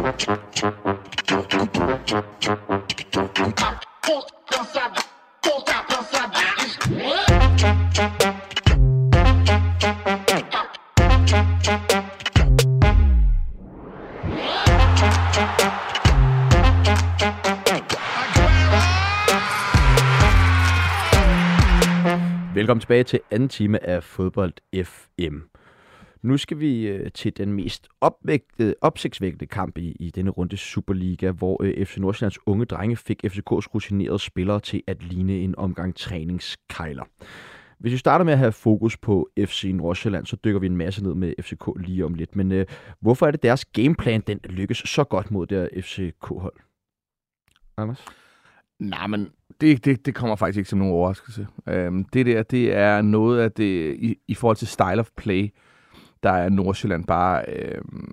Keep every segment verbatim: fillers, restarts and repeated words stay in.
Velkommen tilbage til anden time af Fodbold F M. Nu skal vi øh, til den mest opvægtede, opsigtsvækkende kamp i, i denne runde Superliga, hvor øh, F C Nordsjællands unge drenge fik F C K's rutinerede spillere til at ligne en omgang træningskejler. Hvis vi starter med at have fokus på F C Nordsjælland, så dykker vi en masse ned med F C K lige om lidt. Men øh, hvorfor er det deres gameplan, den lykkes så godt mod det F C K-hold? Anders? Nej, men det, det, det kommer faktisk ikke som nogen overraskelse. Øhm, det der, det er noget af det, i, i forhold til style of play, der er Nordsjælland bare øhm,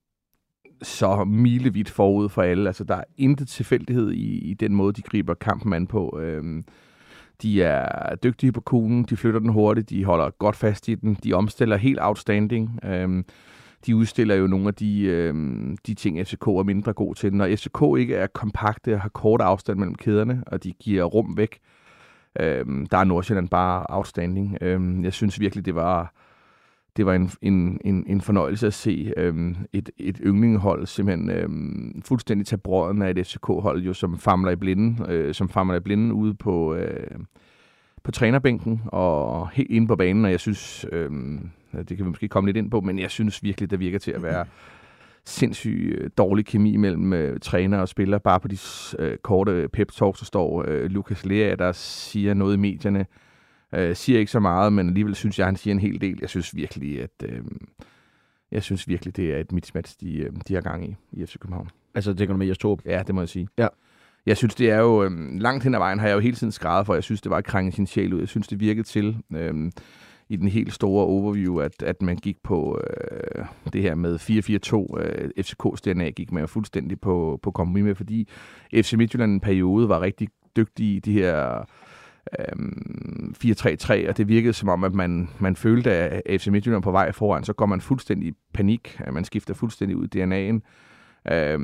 så milevidt forud for alle. Altså, der er intet tilfældighed i, i den måde, de griber kampen an på. Øhm, de er dygtige på kuglen, de flytter den hurtigt, de holder godt fast i den, de omstiller helt outstanding. Øhm, de udstiller jo nogle af de, øh, de ting, F C K er mindre god til. Når F C K ikke er kompakte og har kort afstand mellem kæderne, og de giver rum væk, øh, der er Nordsjælland bare outstanding. Øh, jeg synes virkelig, det var, det var en, en, en, en fornøjelse at se øh, et, et yndlingehold simpelthen øh, fuldstændig tage brøden af et F C K-hold, jo, som famler i blinden, øh, som famler i blinden ude på, øh, på trænerbænken og helt inde på banen, og jeg synes... Øh, det kan vi måske komme lidt ind på, men jeg synes virkelig, det virker til at være sindssygt dårlig kemi mellem øh, træner og spiller. Bare på de øh, korte pep-talks, der står øh, Lukas Lea, der siger noget i medierne. Øh, siger ikke så meget, men alligevel synes jeg, han siger en hel del. Jeg synes virkelig, at øh, jeg synes virkelig, det er et mismatch, de, øh, de har gang i i F C København. Altså, det kan du med Jes Ja, det må jeg sige. Ja. Jeg synes, det er jo øh, langt hen ad vejen, har jeg jo hele tiden skrevet for. Jeg synes, det var at krænge sin sjæl ud. Jeg synes, det virkede til... Øh, i den helt store overview, at, at man gik på øh, det her med fire fire to. Øh, F C K's D N A gik man fuldstændig på, på kompromis med, fordi F C Midtjylland en periode var rigtig dygtig i de her øh, fire tre tre, og det virkede som om, at man, man følte, at F C Midtjylland på vej foran, så går man fuldstændig i panik. Man skifter fuldstændig ud D N A'en øh,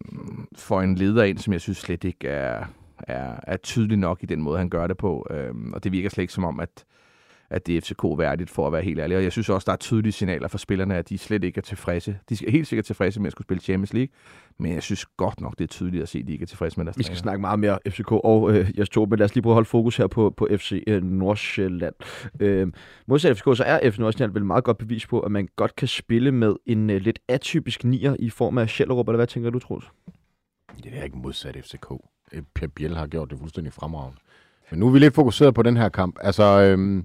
for en leder ind, som jeg synes slet ikke er, er, er tydelig nok i den måde, han gør det på. Øh, og det virker slet ikke som om, at at det er F C K-værdigt, for at være helt ærlig. Og jeg synes også, der er tydelige signaler fra spillerne, at de slet ikke er tilfredse. De er helt sikkert tilfredse med at skulle spille Champions League, men jeg synes godt nok, det er tydeligt at se, at de ikke er tilfredse med deres Vi skal træner. snakke meget mere F C K og øh, Jes Torup, men lad os lige prøve at holde fokus her på, på F C øh, Nordsjælland. Øh, modsat F C K, så er F C Nordsjælland vel meget godt bevis på, at man godt kan spille med en øh, lidt atypisk nier i form af Schellerup, eller hvad tænker du, Troels? Det er ikke modsat F C K. Per Biel har gjort det fuldstændig fremragende. Men nu er vi lidt fokuseret på den her kamp. Altså... Øh,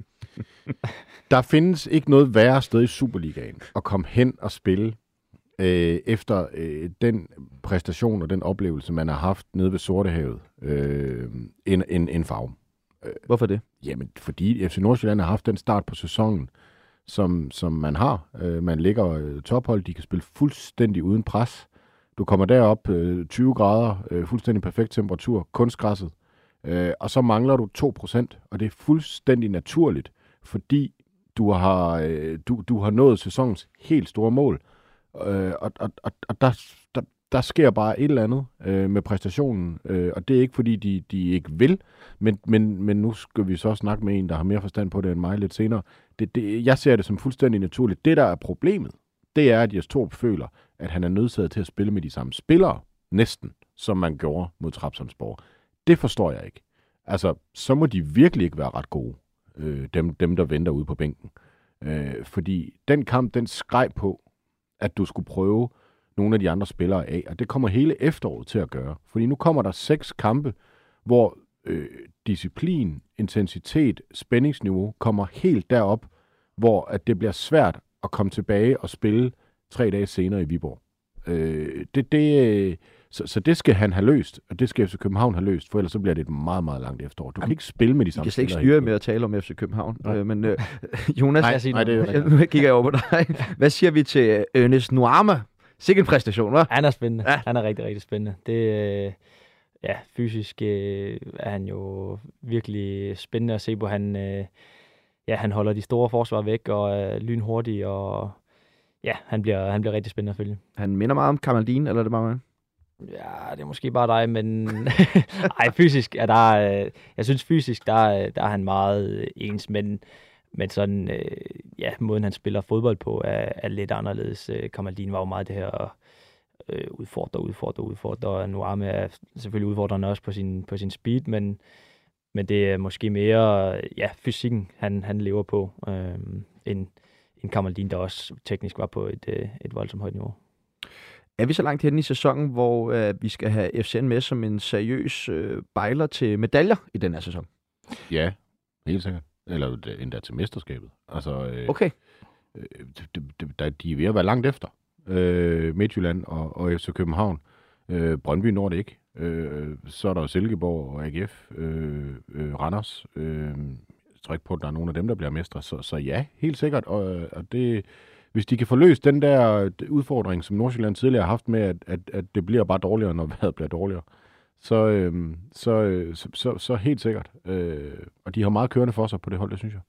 der findes ikke noget værre sted i Superligaen at komme hen og spille øh, efter øh, den præstation og den oplevelse, man har haft nede ved Sortehavet, øh, en, en, en farve. Hvorfor det? Jamen, fordi F C Nordsjælland har haft den start på sæsonen, som, som man har. Øh, man ligger øh, tophold, de kan spille fuldstændig uden pres. Du kommer derop, øh, tyve grader, øh, fuldstændig perfekt temperatur, kunstgræsset, øh, og så mangler du to procent, og det er fuldstændig naturligt, fordi du har, øh, du, du har nået sæsonens helt store mål. Øh, og og, og der, der, der sker bare et eller andet øh, med præstationen, øh, og det er ikke fordi, de, de ikke vil, men, men, men nu skal vi så snakke med en, der har mere forstand på det end mig lidt senere. Det, det, jeg ser det som fuldstændig naturligt. Det, der er problemet, det er, at Jes Torup føler, at han er nødsaget til at spille med de samme spillere, næsten, som man gjorde mod Trabzonspor. Det forstår jeg ikke. Altså, så må de virkelig ikke være ret gode. Dem, dem, der venter ude på bænken. Øh, fordi den kamp, den skreg på, at du skulle prøve nogle af de andre spillere af, og det kommer hele efteråret til at gøre. Fordi nu kommer der seks kampe, hvor øh, disciplin, intensitet, spændingsniveau kommer helt derop, hvor at det bliver svært at komme tilbage og spille tre dage senere i Viborg. Øh, det, det, så, så det skal han have løst, og det skal F C København have løst, for ellers så bliver det et meget, meget langt efterår. Du kan ikke spille med de samme spillere. Jeg kan slet ikke styre med at tale om F C København. Øh, men øh, Jonas, nej, jeg nej, det er nu kigger jeg over på dig. Hvad siger vi til Ernest Nuama? Sikke en præstation, hva'? Han er spændende. Ja. Han er rigtig, rigtig spændende. Det, øh, ja, fysisk øh, er han jo virkelig spændende at se på. Han, øh, ja, han holder de store forsvar væk og er lynhurtig og ja, han bliver, han bliver rigtig spændende at følge. Han minder meget om Kamaldin, eller er det bare mig? Ja, det er måske bare dig, men ej, fysisk er der, øh, jeg synes fysisk, der, der er han meget ens, men, men sådan, øh, ja, måden han spiller fodbold på er, er lidt anderledes. Kamaldin var jo meget det her øh, udfordrer, udfordrer, udfordrer, og Nuame er selvfølgelig udfordrende også på sin, på sin speed, men, men det er måske mere, ja, fysikken, han, han lever på, øh, end, end Kamaldin, der også teknisk var på et, øh, et voldsomt højt niveau. Er vi så langt henne i sæsonen, hvor øh, vi skal have F C N med som en seriøs øh, bejler til medaljer i den her sæson? Ja, helt sikkert. Eller endda til mesterskabet. Altså, øh, okay. Øh, de, de, de, de er ved at være langt efter. Øh, Midtjylland og, og F C København. Øh, Brøndby når det ikke. Øh, så er der Silkeborg og A G F. Øh, øh, Randers. Øh, jeg tror ikke på, at der er nogen af dem, der bliver mestre. Så, så ja, helt sikkert. Og, og det... Hvis de kan få løst den der udfordring, som Nordsjælland tidligere har haft med, at, at, at det bliver bare dårligere, når vejret bliver dårligere, så, øhm, så, så, så, så helt sikkert. Øh, og de har meget kørende for sig på det hold, det synes jeg.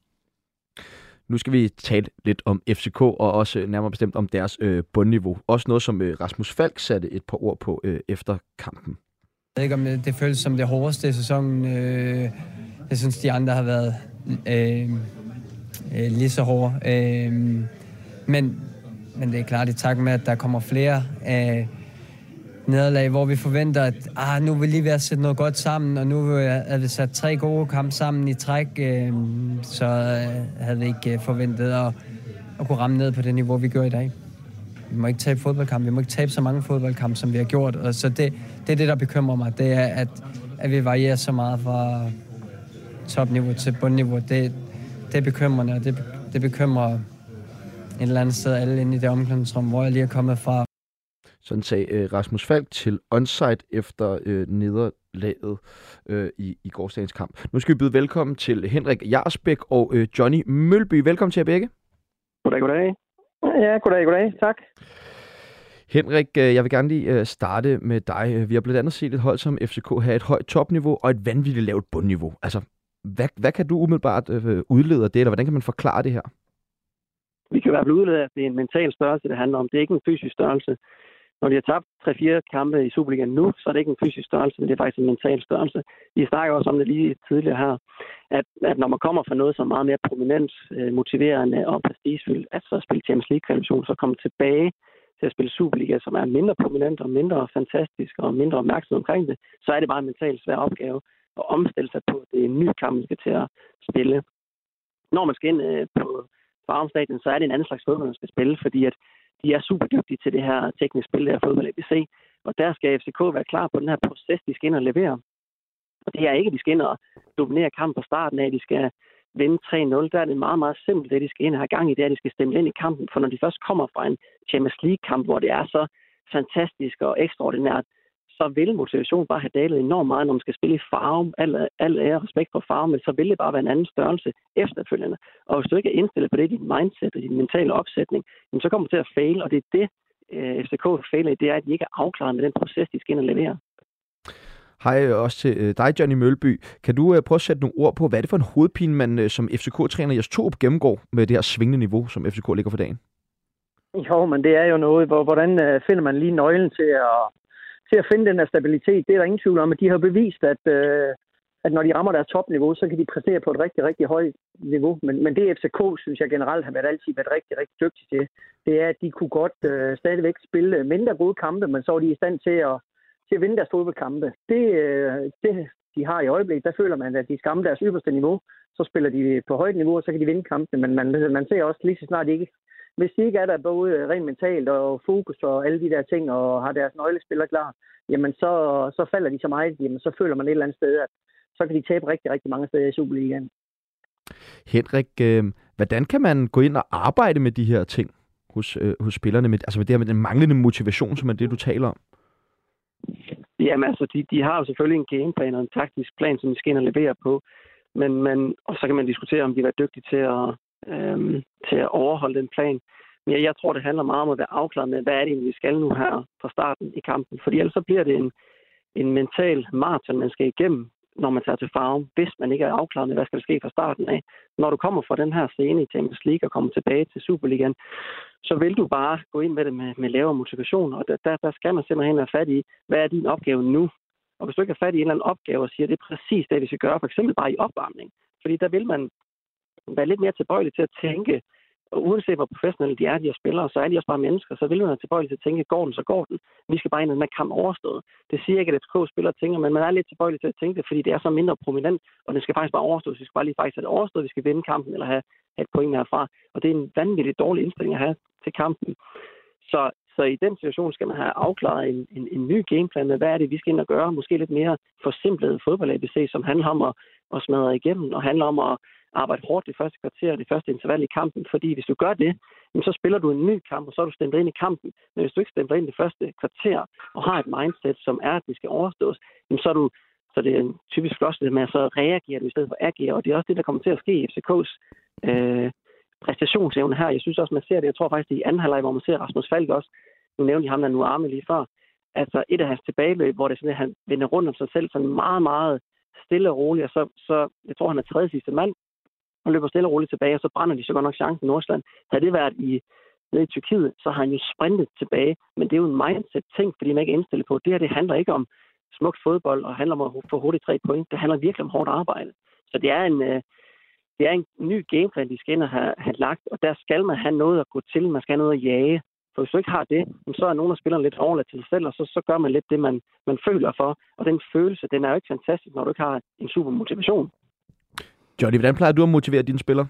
Nu skal vi tale lidt om F C K, og også nærmere bestemt om deres øh, bundniveau. Også noget, som øh, Rasmus Falk satte et par ord på øh, efter kampen. Jeg ved ikke, om det, det føles som det hårdeste i sæsonen. Øh, jeg synes, de andre har været øh, øh, lige så hårde. Øh, Men, men det er klart i takt med, at der kommer flere af nederlag, hvor vi forventer, at ah, nu er vi lige ved at sætte noget godt sammen, og nu er vi sat tre gode kampe sammen i træk, øh, så øh, havde vi ikke forventet at, at kunne ramme ned på det niveau, vi gør i dag. Vi må ikke tabe fodboldkampe, vi må ikke tabe så mange fodboldkampe, som vi har gjort, og så det, det er det, der bekymrer mig, det er, at, at vi varierer så meget fra topniveau til bundniveau. Det, det er bekymrende, og det, det bekymrer et eller andet sted alle inde i det omklædningsrum, hvor jeg lige er kommet fra. Sådan sagde øh, Rasmus Falk til onsite efter øh, nederlaget øh, i, i gårsdagens kamp. Nu skal vi byde velkommen til Henrik Jarsbæk og øh, Johnny Mølby. Velkommen til jer begge. Goddag, goddag. Ja, goddag, goddag. Tak. Henrik, øh, jeg vil gerne lige øh, starte med dig. Vi har blandt andet set et hold som F C K have et højt topniveau og et vanvittigt lavt bundniveau. Altså, hvad, hvad kan du umiddelbart øh, udlede af det, eller hvordan kan man forklare det her? Vi kan i hvert fald udlede, at det er en mental størrelse, det handler om. Det er ikke en fysisk størrelse. Når de har tabt tre fire kampe i Superligaen nu, så er det ikke en fysisk størrelse, men det er faktisk en mental størrelse. Vi snakker også om det lige tidligere her, at, at når man kommer fra noget, som er meget mere prominent, øh, motiverende og prestigefyldt, altså at spille Champions League-kvalifikation, så komme tilbage til at spille Superliga, som er mindre prominent og mindre fantastisk og mindre opmærksomhed omkring det, så er det bare en mentalt svær opgave at omstille sig på, at det er en ny kamp, man skal til at spille. Når man skal ind øh, på Farum Stadion, så er det en anden slags fodbold, man skal spille, fordi at de er super dygtige til det her tekniske spil, der er fodbold A B C. Og der skal F C K være klar på den her proces, de skal ind og levere. Og det er ikke, at de skal ind og dominere kampen fra starten af, de skal vinde tre nul. Der er det meget, meget simpelt, det de skal ind og have gang i, det er, at de skal stemme ind i kampen. For når de først kommer fra en Champions League-kamp, hvor det er så fantastisk og ekstraordinært, så vil motivation bare have dalet enormt meget, når man skal spille i Farum. Al, al ære respekt for Farum, men så vil det bare være en anden størrelse efterfølgende. Og hvis du ikke er indstillet på det, dit mindset og din mentale opsætning, så kommer du til at fail, og det er det, F C K fejler i, det er, at de ikke er afklaret med den proces, de skal ind og levere. Hej også til dig, Johnny Mølby. Kan du prøve at sætte nogle ord på, hvad er det for en hovedpine, man som F C K-træner i jeres to gennemgår med det her svingende niveau, som F C K ligger for dagen? Jo, men det er jo noget, hvor, hvordan finder man lige nøglen til at til at finde den her stabilitet. Det er der ingen tvivl om, at de har bevist, at, øh, at når de rammer deres topniveau, så kan de præstere på et rigtig, rigtig højt niveau. Men, men det F C K, synes jeg generelt har været altid været rigtig, rigtig dygtige til, det er, at de kunne godt øh, stadigvæk spille mindre gode kampe, men så er de i stand til at, til at vinde deres fodboldkampe. Det, øh, det, de har i øjeblikket, der føler man, at de skammer deres ypperste niveau. Så spiller de på højt niveau, og så kan de vinde kampene. Men man, man ser også lige så snart, de ikke Hvis de ikke er der både rent mentalt og fokus og alle de der ting, og har deres nøglespillere klar, jamen så, så falder de så meget, jamen så føler man et eller andet sted, at så kan de tabe rigtig, rigtig mange steder i Superligaen. Henrik, øh, hvordan kan man gå ind og arbejde med de her ting hos, øh, hos spillerne, med, altså med det her med den manglende motivation, som er det, du taler om? Jamen altså, de, de har jo selvfølgelig en gameplan og en taktisk plan, som de skal ind og levere på, men, men og så kan man diskutere, om de er dygtige til at Øhm, til at overholde den plan. Men jeg, jeg tror, det handler meget om at være afklaret med, hvad er det, vi skal nu her fra starten i kampen. Fordi ellers så bliver det en, en mental maraton, man skal igennem når man tager til Farum, hvis man ikke er afklaret med, hvad skal der ske fra starten af. Når du kommer fra den her scene i Champions League og kommer tilbage til Superligaen, så vil du bare gå ind med det med, med lavere motivation, og der, der skal man simpelthen have fat i, hvad er din opgave nu? Og hvis du ikke har fat i en eller anden opgave og siger, at det er præcis det, vi skal gøre, for eksempel bare i opvarmning, fordi der vil man være lidt mere tilbøjelig til at tænke, og uanset hvor professionelle de er, de her spillere, så er de også bare mennesker, så vil man være tilbøjelig til at tænke, går den, så går den. Vi skal bare ind med kamp overstået. Det siger ikke, at F C K-spillere tænker, men man er lidt tilbøjelig til at tænke det, fordi det er så mindre prominent, og den skal faktisk bare overstås. Vi skal bare lige faktisk have det overstået, vi skal vinde kampen, eller have, have et point herfra. Og det er en vanvittig dårlig indstilling at have til kampen. Så, så i den situation skal man have afklaret en, en, en ny gameplan med, hvad er det, vi skal ind og gøre. Måske lidt mere forsimplet fodbold-A B C, som handler om at, at smadre igennem, og handler om at arbejde hårdt det første kvarter, det første interval i kampen, fordi hvis du gør det, så spiller du en ny kamp, og så er du stemt ind i kampen. Men hvis du ikke stemmer ind det første kvarter, og har et mindset, som er, at det skal overstås, så er du, så det er en typisk floskel med, at så reagerer du i stedet for at agere, og det er også det, der kommer til at ske i F C K's øh, præstationsevne her. Jeg synes også, man ser det, jeg tror faktisk, det er i anden halvleg, hvor man ser Rasmus Falk også, nu nævnte jeg ham der nu arme lige før, altså et af hans tilbageløb, hvor det sådan, at han vender rundt om sig selv, sådan meget, meget stille og roligt, og så, så jeg tror, han er tredje sidste mand, og løber stille og roligt tilbage, og så brænder de så godt nok chancen i Nordsjælland. Havde det været i, nede i Tyrkiet, så har han jo sprintet tilbage, men det er jo en mindset-ting, fordi man ikke er indstillet på. Det her, det handler ikke om smukt fodbold, og handler om at få hurtigt tre point. Det handler virkelig om hårdt arbejde. Så det er en, det er en ny gameplan, de skal ind og have, have lagt, og der skal man have noget at gå til, man skal have noget at jage. For hvis du ikke har det, så er nogle af spillerne lidt overladt til sig selv, og så, så gør man lidt det, man, man føler for. Og den følelse, den er jo ikke fantastisk, når du ikke har en super motivation. Johnny, hvordan plejer du at motivere dine spillere?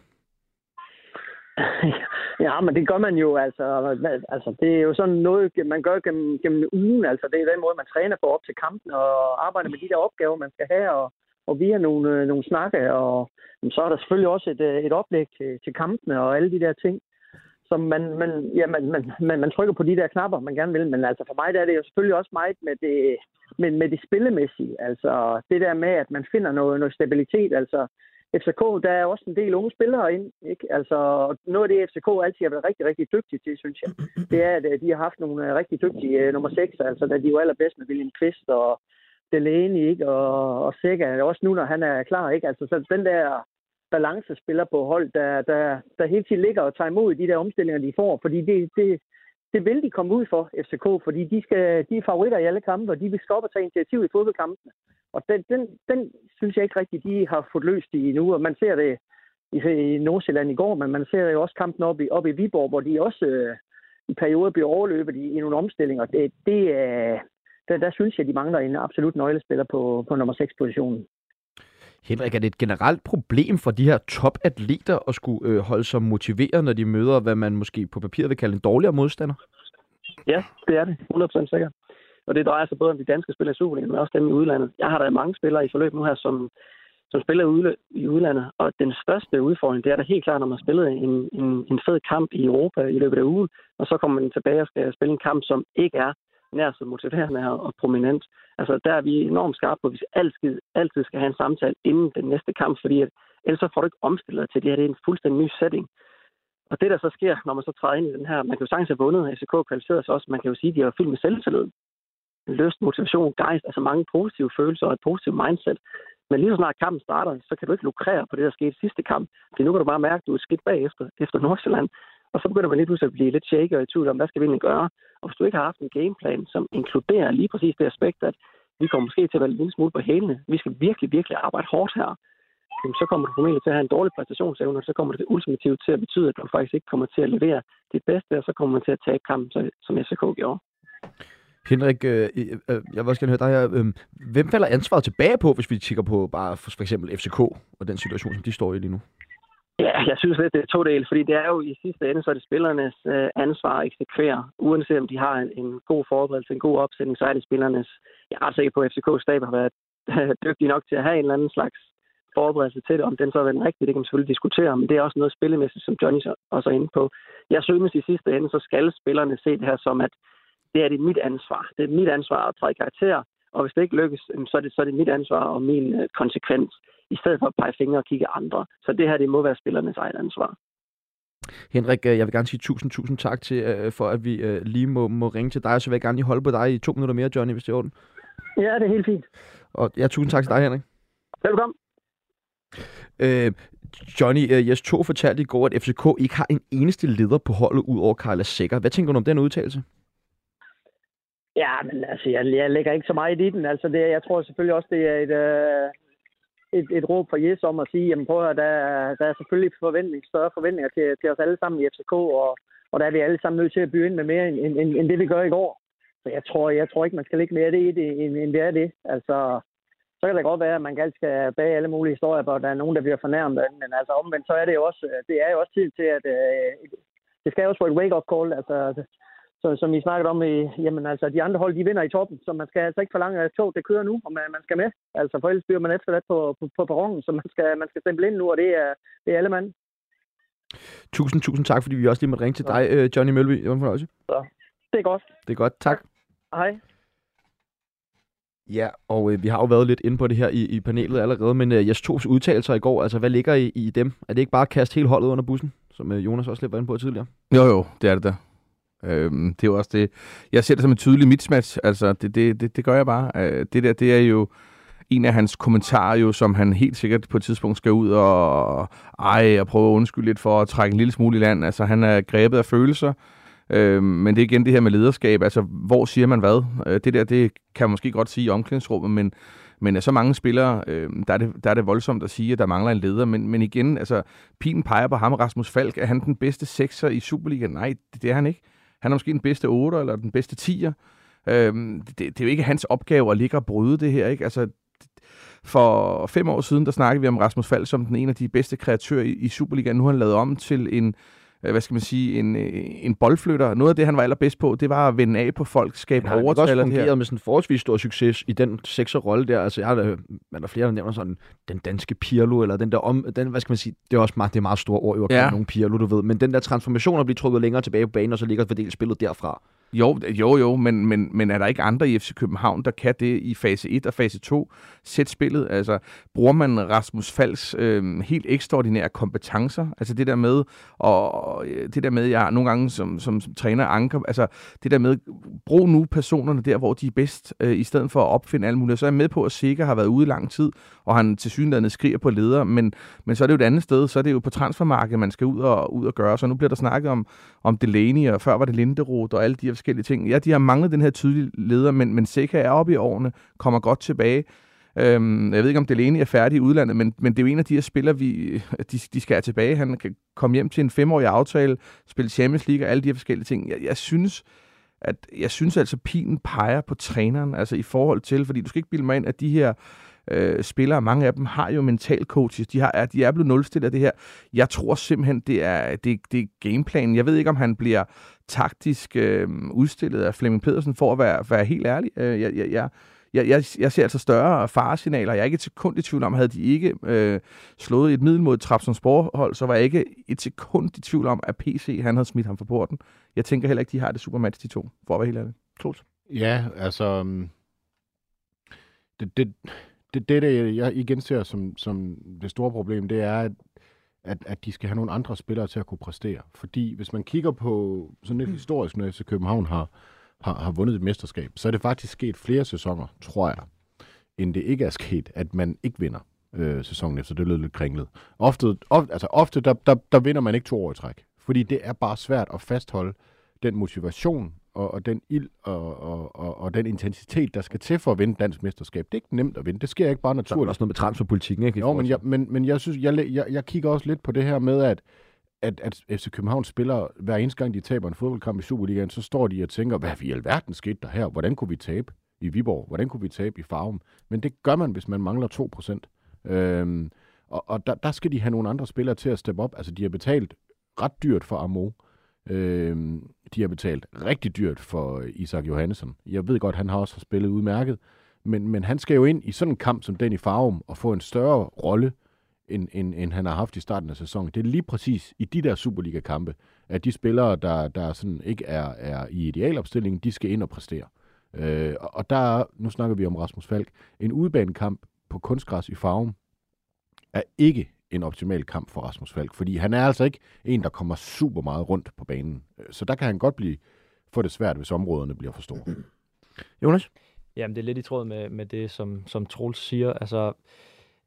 Ja, men det gør man jo, altså, altså det er jo sådan noget, man gør gennem, gennem ugen, altså det er den måde, man træner på op til kampen og arbejder med de der opgaver, man skal have, og, og via nogle, nogle snakke, og så er der selvfølgelig også et, et oplæg til, til kampene og alle de der ting, som man, man, ja, man, man, man, man trykker på de der knapper, man gerne vil, men altså for mig der er det jo selvfølgelig også meget med det, med, med det spillemæssige, altså det der med, at man finder noget, noget stabilitet, altså F C K, der er også en del unge spillere ind, ikke? Altså, noget af det, F C K altid har været rigtig, rigtig dygtige til, synes jeg, det er, at de har haft nogle rigtig dygtige uh, nummer seks, altså, da de jo allerbedst med William Kvist og Delaney, ikke? Og, og Sækker, også nu, når han er klar, ikke? Altså, så den der balancespiller på hold, der, der, der hele tiden ligger og tager imod de der omstillinger, de får, fordi det, det, det vil de komme ud for, F C K, fordi de, skal, de er favoritter i alle kampe, og de vil stoppe og tage initiativ i fodboldkampene. Og den, den, den synes jeg ikke rigtigt, de har fået løst i nu, og man ser det i, i Nordsjælland i går, men man ser jo også kampen op i, op i Viborg, hvor de også øh, i perioder bliver overløbet i, i nogle omstillinger. Det, det, øh, der, der synes jeg, de mangler en absolut nøglespiller på, på nummer seks-positionen. Henrik, er det et generelt problem for de her topatleter at skulle øh, holde sig motiveret, når de møder, hvad man måske på papiret vil kalde en dårligere modstander? Ja, det er det. hundrede procent sikkert. Og det drejer sig både om de danske spillere i Superligaen, men også dem i udlandet. Jeg har da mange spillere i forløb nu her, som, som spiller i udlandet. Og den største udfordring, det er da helt klart, når man spiller en, en, en fed kamp i Europa i løbet af ugen, og så kommer man tilbage og skal spille en kamp, som ikke er nær så motiverende og prominent. Altså der er vi enormt skarpe på, at vi altid, altid skal have en samtale inden den næste kamp, fordi at, ellers så får du ikke omstillet til det her. Det er en fuldstændig ny setting. Og det, der så sker, når man så træder ind i den her, man kan jo sagtens have vundet, F C K kvalificeret sig også, man kan jo sige, at de er fyldt med selvtillid. Lyst, motivation, gejst, altså mange positive følelser og et positivt mindset. Men lige så snart kampen starter, så kan du ikke lukrere på det, der skete i sidste kamp. For nu kan du bare mærke, at du er skidt bagefter efter Nordsjælland. Og så begynder man lige pludselig at blive lidt shaky og i tvivl om, hvad skal vi egentlig gøre? Og hvis du ikke har haft en gameplan, som inkluderer lige præcis det aspekt, at vi kommer måske til at være en lille smule på hælene. Vi skal virkelig, virkelig arbejde hårdt her. Så kommer du formentlig til at have en dårlig præstationsevne, og så kommer det ultimativt til at betyde, at du faktisk ikke kommer til at levere dit bedste, og så kommer man til at tabe kampen, som F C K gjorde. Henrik, øh, øh, jeg vil også gerne høre dig her. Øh, hvem falder ansvaret tilbage på, hvis vi kigger på bare for, for eksempel F C K og den situation, som de står i lige nu? Ja, jeg synes lidt, det er to dele, fordi det er jo i sidste ende, så er det spillernes øh, ansvar at eksekvere. Uanset om de har en, en god forberedelse, en god opsætning, så er det spillernes. Jeg er ret sikker på, at F C K's stab har været øh, dygtige nok til at have en eller anden slags forberedelse til det. Om den så har været rigtig, det kan man selvfølgelig diskutere, men det er også noget spillemæssigt, som Johnny også er inde på. Jeg synes i sidste ende, så skal spillerne se det her som, at det er det mit ansvar. Det er mit ansvar at træde karakter, og hvis det ikke lykkes, så er det, så er det mit ansvar og min øh, konsekvens, i stedet for at pege fingre og kigge andre. Så det her, det må være spillernes eget ansvar. Henrik, jeg vil gerne sige tusind, tusind tak til, øh, for at vi øh, lige må, må ringe til dig, og så vil jeg gerne lige holde på dig i to minutter mere, Johnny, hvis det er orden. Ja, det er helt fint. Og ja, tusind tak til dig, Henrik. Velkommen. Øh, Johnny, uh, Jes to fortalte i går, at F C K ikke har en eneste leder på holdet ud over Carla Sækker. Hvad tænker du om den udtalelse? Ja, men altså, jeg, jeg lægger ikke så meget i den. Altså, det, jeg tror selvfølgelig også, det er et, øh, et, et råb fra Jes om at sige, jamen prøv at høre, der, der er selvfølgelig forventning, større forventninger til, til os alle sammen i F C K, og, og der er vi alle sammen nødt til at byde ind med mere, end, end, end det vi gør i går. Så jeg tror, jeg tror ikke, man skal lægge mere i det, end, end det er det. Altså, så kan det godt være, at man altid skal bage alle mulige historier, hvor der er nogen, der bliver fornærmet. Men altså omvendt, så er det jo også, det er jo også tid til, at øh, det skal jo også få et wake-up call. Altså, så, som I snakkede om, i, jamen altså, de andre hold, de vinder i toppen, så man skal altså ikke forlange, at tog, det kører nu, og man, man skal med. Altså, for ellers bliver man efterladt på, på, på perronen, så man skal, man skal stemple ind nu, og det er, det er alle mand. Tusind, tusind tak, fordi vi også lige måtte ringe til dig, øh, Johnny Mølby. Det var en fornøjelse. Så, det er godt. Det er godt, tak. Hej. Ja, og øh, vi har jo været lidt inde på det her i, i panelet allerede, men øh, Jes tos udtalelser i går, altså hvad ligger i, i dem? Er det ikke bare at kaste hele holdet under bussen, som øh, Jonas også lidt var inde på tidligere? Jo, jo, det er det da. Øhm, det er jo også det. Jeg ser det som et tydeligt mismatch, altså det, det, det, det gør jeg bare. Øh, det der, det er jo en af hans kommentarer, jo, som han helt sikkert på et tidspunkt skal ud og, ej, og prøve at undskylde lidt for at trække en lille smule i land. Altså han er grebet af følelser. Øh, men det er igen det her med lederskab, altså hvor siger man hvad? Øh, det der, det kan man måske godt sige i omklædningsrummet, men, men af så mange spillere, øh, der, er det, der er det voldsomt at sige, at der mangler en leder, men, men igen, altså pilen peger på ham, Rasmus Falk, er han den bedste sekser i Superligaen? Nej, det, det er han ikke. Han er måske den bedste otter, eller den bedste tier. Øh, det, det er jo ikke hans opgave at ligge og bryde det her, ikke? Altså, for fem år siden, der snakkede vi om Rasmus Falk som den en af de bedste kreatører i, i Superligaen. Nu har han lavet om til en hvad skal man sige, en, en boldflytter. Noget af det, han var allerbedst på, det var at vende af på folk, skabe overtal. Han har også fungeret med sådan en forholdsvis stor succes i den sekser-rolle der. Altså, jeg har da, man der flere, der nævner sådan, den danske Pirlo, eller den der om, den, hvad skal man sige, det er også meget, det er meget store ord, jo, ja. Nogle Pirlo, du ved. Men den der transformation at blive trukket længere tilbage på banen, og så ligger fordelt spillet derfra. Jo, jo, jo, men, men, men er der ikke andre i F C København, der kan det i fase et og fase to? Sæt spillet, altså bruger man Rasmus Falks øh, helt ekstraordinære kompetencer? Altså det der med, og det der med, jeg nogle gange som, som, som træner anker, altså det der med, brug nu personerne der, hvor de er bedst, øh, i stedet for at opfinde alle mulige. Så er jeg med på, at Sikker har været ude i lang tid, og han tilsyneladende skriger på ledere, men, men så er det jo et andet sted, så er det jo på transfermarkedet, man skal ud og, ud og gøre. Så nu bliver der snakket om, om Delaney, og før var det Linderoth og alle de her forskellige ting. Ja, de har manglet den her tydelige leder, men, men Sikker er oppe i årene, kommer godt tilbage. Øhm, jeg ved ikke, om Delaney er færdig i udlandet, men, men det er jo en af de her spillere, vi, de, de skal have tilbage. Han kan komme hjem til en femårig aftale, spille Champions League og alle de her forskellige ting. Jeg, jeg synes, at jeg synes altså, pilen peger på træneren, altså i forhold til, fordi du skal ikke bilde mig ind, at de her øh, spillere, mange af dem har jo mental coaches, de, har, de er blevet nulstillet af det her. Jeg tror simpelthen, det er, det, det er gameplanen. Jeg ved ikke, om han bliver taktisk øh, udstillet af Flemming Pedersen, for at være, være helt ærlig. Øh, jeg, jeg, jeg, jeg, jeg, jeg ser altså større faresignaler. Jeg er ikke et sekund i tvivl om, havde de ikke øh, slået et middel mod et Trabzonspor-hold, så var jeg ikke et sekund i tvivl om, at P C han havde smidt ham for porten. Jeg tænker heller ikke, de har det supermatch, de to, for at være helt ærlig. Troels? Ja, altså det, det, det, det, det jeg igen ser som, som det store problem, det er, at At, at de skal have nogle andre spillere til at kunne præstere. Fordi hvis man kigger på sådan lidt historisk, når F C København har, har, har vundet et mesterskab, så er det faktisk sket flere sæsoner, tror jeg, end det ikke er sket, at man ikke vinder øh, sæsonen efter. Det lød lidt kringlet. Ofte, ofte, altså ofte der, der, der vinder man ikke to år i træk. Fordi det er bare svært at fastholde den motivation og, og den ild og, og, og, og den intensitet, der skal til for at vinde dansk mesterskab. Det er ikke nemt at vinde. Det sker ikke bare naturligt. Der er også noget med transferpolitikken, ikke? Jo, men jeg, men, men jeg synes, jeg, jeg, jeg kigger også lidt på det her med, at, at, at F C København spiller, hver eneste gang de taber en fodboldkamp i Superligaen, så står de og tænker, hvad i alverden skete der her? Hvordan kunne vi tabe i Viborg? Hvordan kunne vi tabe i Farum? Men det gør man, hvis man mangler to procent. Øhm, og og der, der skal de have nogle andre spillere til at steppe op. Altså, de har betalt ret dyrt for Amo. Øhm, de har betalt rigtig dyrt for Isak Johannesson. Jeg ved godt, han har også spillet udmærket, men, men han skal jo ind i sådan en kamp som den i Farum og få en større rolle, end, end, end han har haft i starten af sæsonen. Det er lige præcis i de der Superliga-kampe, at de spillere, der, der sådan ikke er, er i idealopstillingen, de skal ind og præstere. Øh, og der er, nu snakker vi om Rasmus Falk, en udbanekamp på kunstgræs i Farum er ikke en optimal kamp for Rasmus Falk, fordi han er altså ikke en, der kommer super meget rundt på banen. Så der kan han godt blive få det svært, hvis områderne bliver for store. Jonas? Jamen, det er lidt i tråd med, med det, som, som Troels siger. Altså,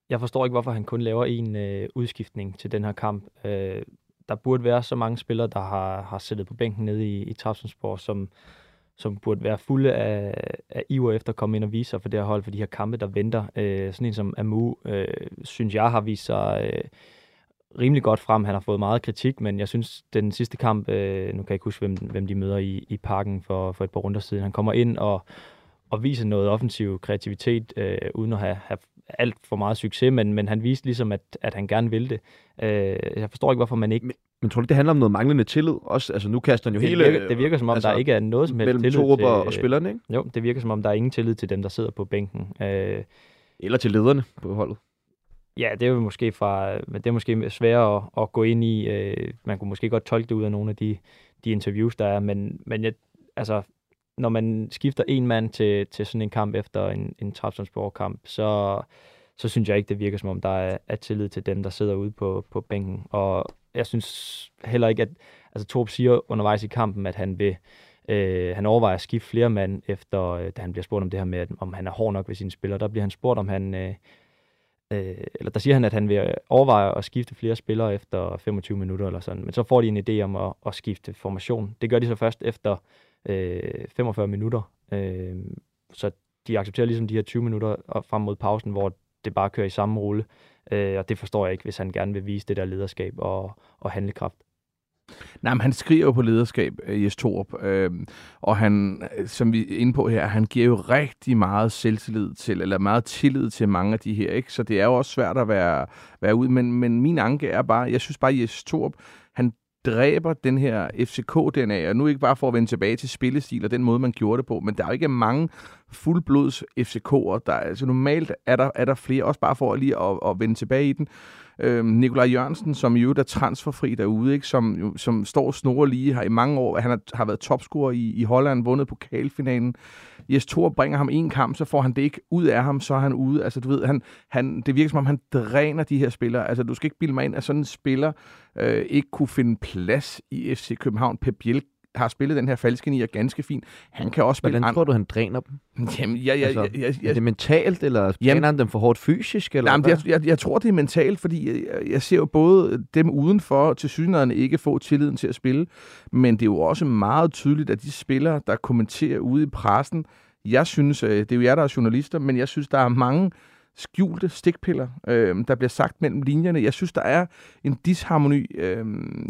jeg forstår ikke, hvorfor han kun laver en øh, udskiftning til den her kamp. Øh, der burde være så mange spillere, der har, har siddet på bænken nede i, i Trabzonspor, som, som burde være fulde af, af iver efter at komme ind og vise sig for det her hold, for de her kampe, der venter. Øh, sådan en som Amu, øh, synes jeg, har vist sig øh, rimelig godt frem. Han har fået meget kritik, men jeg synes, den sidste kamp, øh, nu kan jeg ikke huske, hvem, hvem de møder i, i parken for, for et par runder siden. Han kommer ind og, og viser noget offensiv kreativitet, øh, uden at have, have alt for meget succes, men, men han viste ligesom, at, at han gerne ville det. Øh, jeg forstår ikke, hvorfor man ikke... Men, men tror du, det handler om noget manglende tillid? Også, altså, nu kaster han jo det hele... Virker, det virker som om, altså, der ikke er noget som helst mellem tillid Torup til... og, og spillerne, ikke? Jo, det virker som om, der er ingen tillid til dem, der sidder på bænken. Øh, Eller til lederne på holdet. Ja, det er jo måske fra, men det er måske sværere at, at gå ind i. Øh, man kunne måske godt tolke det ud af nogle af de, de interviews, der er, men, men jeg, altså, når man skifter en mand til, til sådan en kamp efter en, en Trabzonspor-kamp, så, så synes jeg ikke, det virker som om, der er, er tillid til dem, der sidder ude på, på bænken. Og jeg synes heller ikke, at altså, Torup siger undervejs i kampen, at han vil øh, han overvejer at skifte flere mand, efter øh, da han bliver spurgt om det her med, at, om han er hård nok ved sine spillere. Der bliver han spurgt, om han... Øh, Øh, eller der siger han, at han vil overveje at skifte flere spillere efter femogtyve minutter eller sådan, men så får de en idé om at, at skifte formation. Det gør de så først efter øh, femogfyrre minutter, øh, så de accepterer ligesom de her tyve minutter op frem mod pausen, hvor det bare kører i samme rulle, øh, og det forstår jeg ikke, hvis han gerne vil vise det der lederskab og, og handlekraft. Nej, men han skriver jo på lederskab, Jes Torup, øh, og han, som vi er inde på her, han giver jo rigtig meget selvtillid til, eller meget tillid til mange af de her, ikke? Så det er jo også svært at være, være ud, men, men min anke er bare, jeg synes bare, Jes Torup, han dræber den her F C K-D N A, og nu ikke bare for at vende tilbage til spillestil og den måde, man gjorde det på, men der er jo ikke mange fuldblods F C K'er, der, altså normalt er der, er der flere, også bare for lige at, at vende tilbage i den. Øhm, Nikolaj Jørgensen, som jo er transferfri derude, ikke? Som, som står og snurrer lige her i mange år. Han har, har været topscorer i, i Holland, vundet pokalfinalen. Jes Torup bringer ham en kamp, så får han det ikke ud af ham, så er han ude. Altså, du ved, han, han, det virker som om, han dræner de her spillere. Altså, du skal ikke bilde mig ind, at sådan en spiller øh, ikke kunne finde plads i F C København. Pep Biel har spillet den her falske nier ganske fint. Han kan også spille... Hvordan tror du, han dræner dem? Jamen, jeg, jeg, altså, jeg, jeg, jeg, er det mentalt, eller træner han dem for hårdt fysisk? Eller jamen, jeg, jeg, jeg tror, det er mentalt, fordi jeg, jeg ser jo både dem udenfor til synligheden ikke få tilliden til at spille, men det er jo også meget tydeligt, at de spillere, der kommenterer ude i pressen, jeg synes, det er jo jer, der er journalister, men jeg synes, der er mange skjulte stikpiller, øh, der bliver sagt mellem linjerne. Jeg synes, der er en disharmoni. Øh,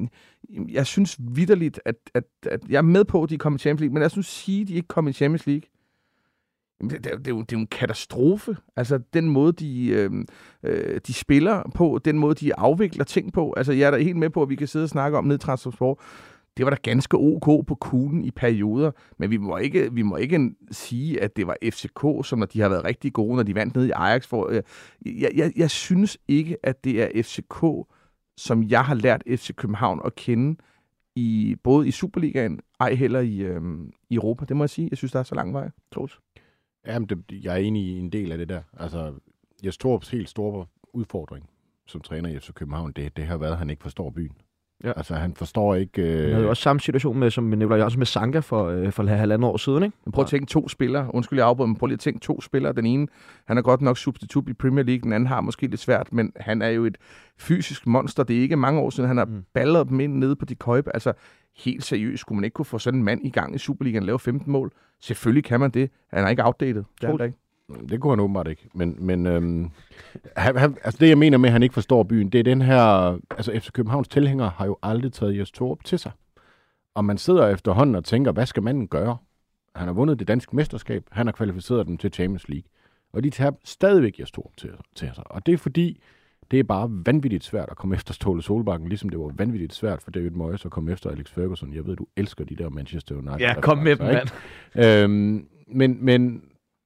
jeg synes vitterligt, at, at, at jeg er med på, at de kommer i Champions League, men jeg synes sige, at de ikke kommer i Champions League. Det, det, det, er jo, det er jo en katastrofe. Altså, den måde, de, øh, øh, de spiller på, den måde, de afvikler ting på. Altså, jeg er da helt med på, at vi kan sidde og snakke om nedtranssport. Det var da ganske ok på kuglen i perioder, men vi må ikke, vi må ikke sige, at det var F C K, som når de har været rigtig gode, når de vandt ned i Ajax. For, jeg, jeg, jeg synes ikke, at det er F C K, som jeg har lært F C København at kende, i, både i Superligaen, ej heller i, øhm, i Europa. Det må jeg sige. Jeg synes, der er så lang vej. Troels. Jamen, det, jeg er enig i en del af det der. Altså, Jes Torups helt store udfordring som træner i F C København, det, det har været, at han ikke forstår byen. Ja. Altså, han forstår ikke... Øh... Han havde jo også samme situation med, som med Nikolaj Jørgensen med Sanka for, øh, for halvandet år siden, ikke? Men prøv at tænke to spillere. Undskyld, jeg afbryder, men prøv lige at tænke to spillere. Den ene, han er godt nok substitut i Premier League. Den anden har måske lidt svært, men han er jo et fysisk monster. Det er ikke mange år siden, han har mm. ballet dem ind nede på de køjpe. Altså, helt seriøst, skulle man ikke kunne få sådan en mand i gang i Superligaen og lave femten mål? Selvfølgelig kan man det. Han er ikke outdated. Det er ikke. Det kunne han åbenbart ikke. Men, men øhm, han, han, altså det, jeg mener med, at han ikke forstår byen, det er den her... Altså, F C Københavns tilhængere har jo aldrig taget Jes Torup til sig. Og man sidder efterhånden og tænker, hvad skal manden gøre? Han har vundet det danske mesterskab. Han har kvalificeret dem til Champions League. Og de tager stadigvæk Jes Torup til, til sig. Og det er fordi, det er bare vanvittigt svært at komme efter Ståle Solbakken, ligesom det var vanvittigt svært for David Moyes at komme efter Alex Ferguson. Jeg ved, du elsker de der Manchester United. Ja, kom med dem, mand. Øhm, men... men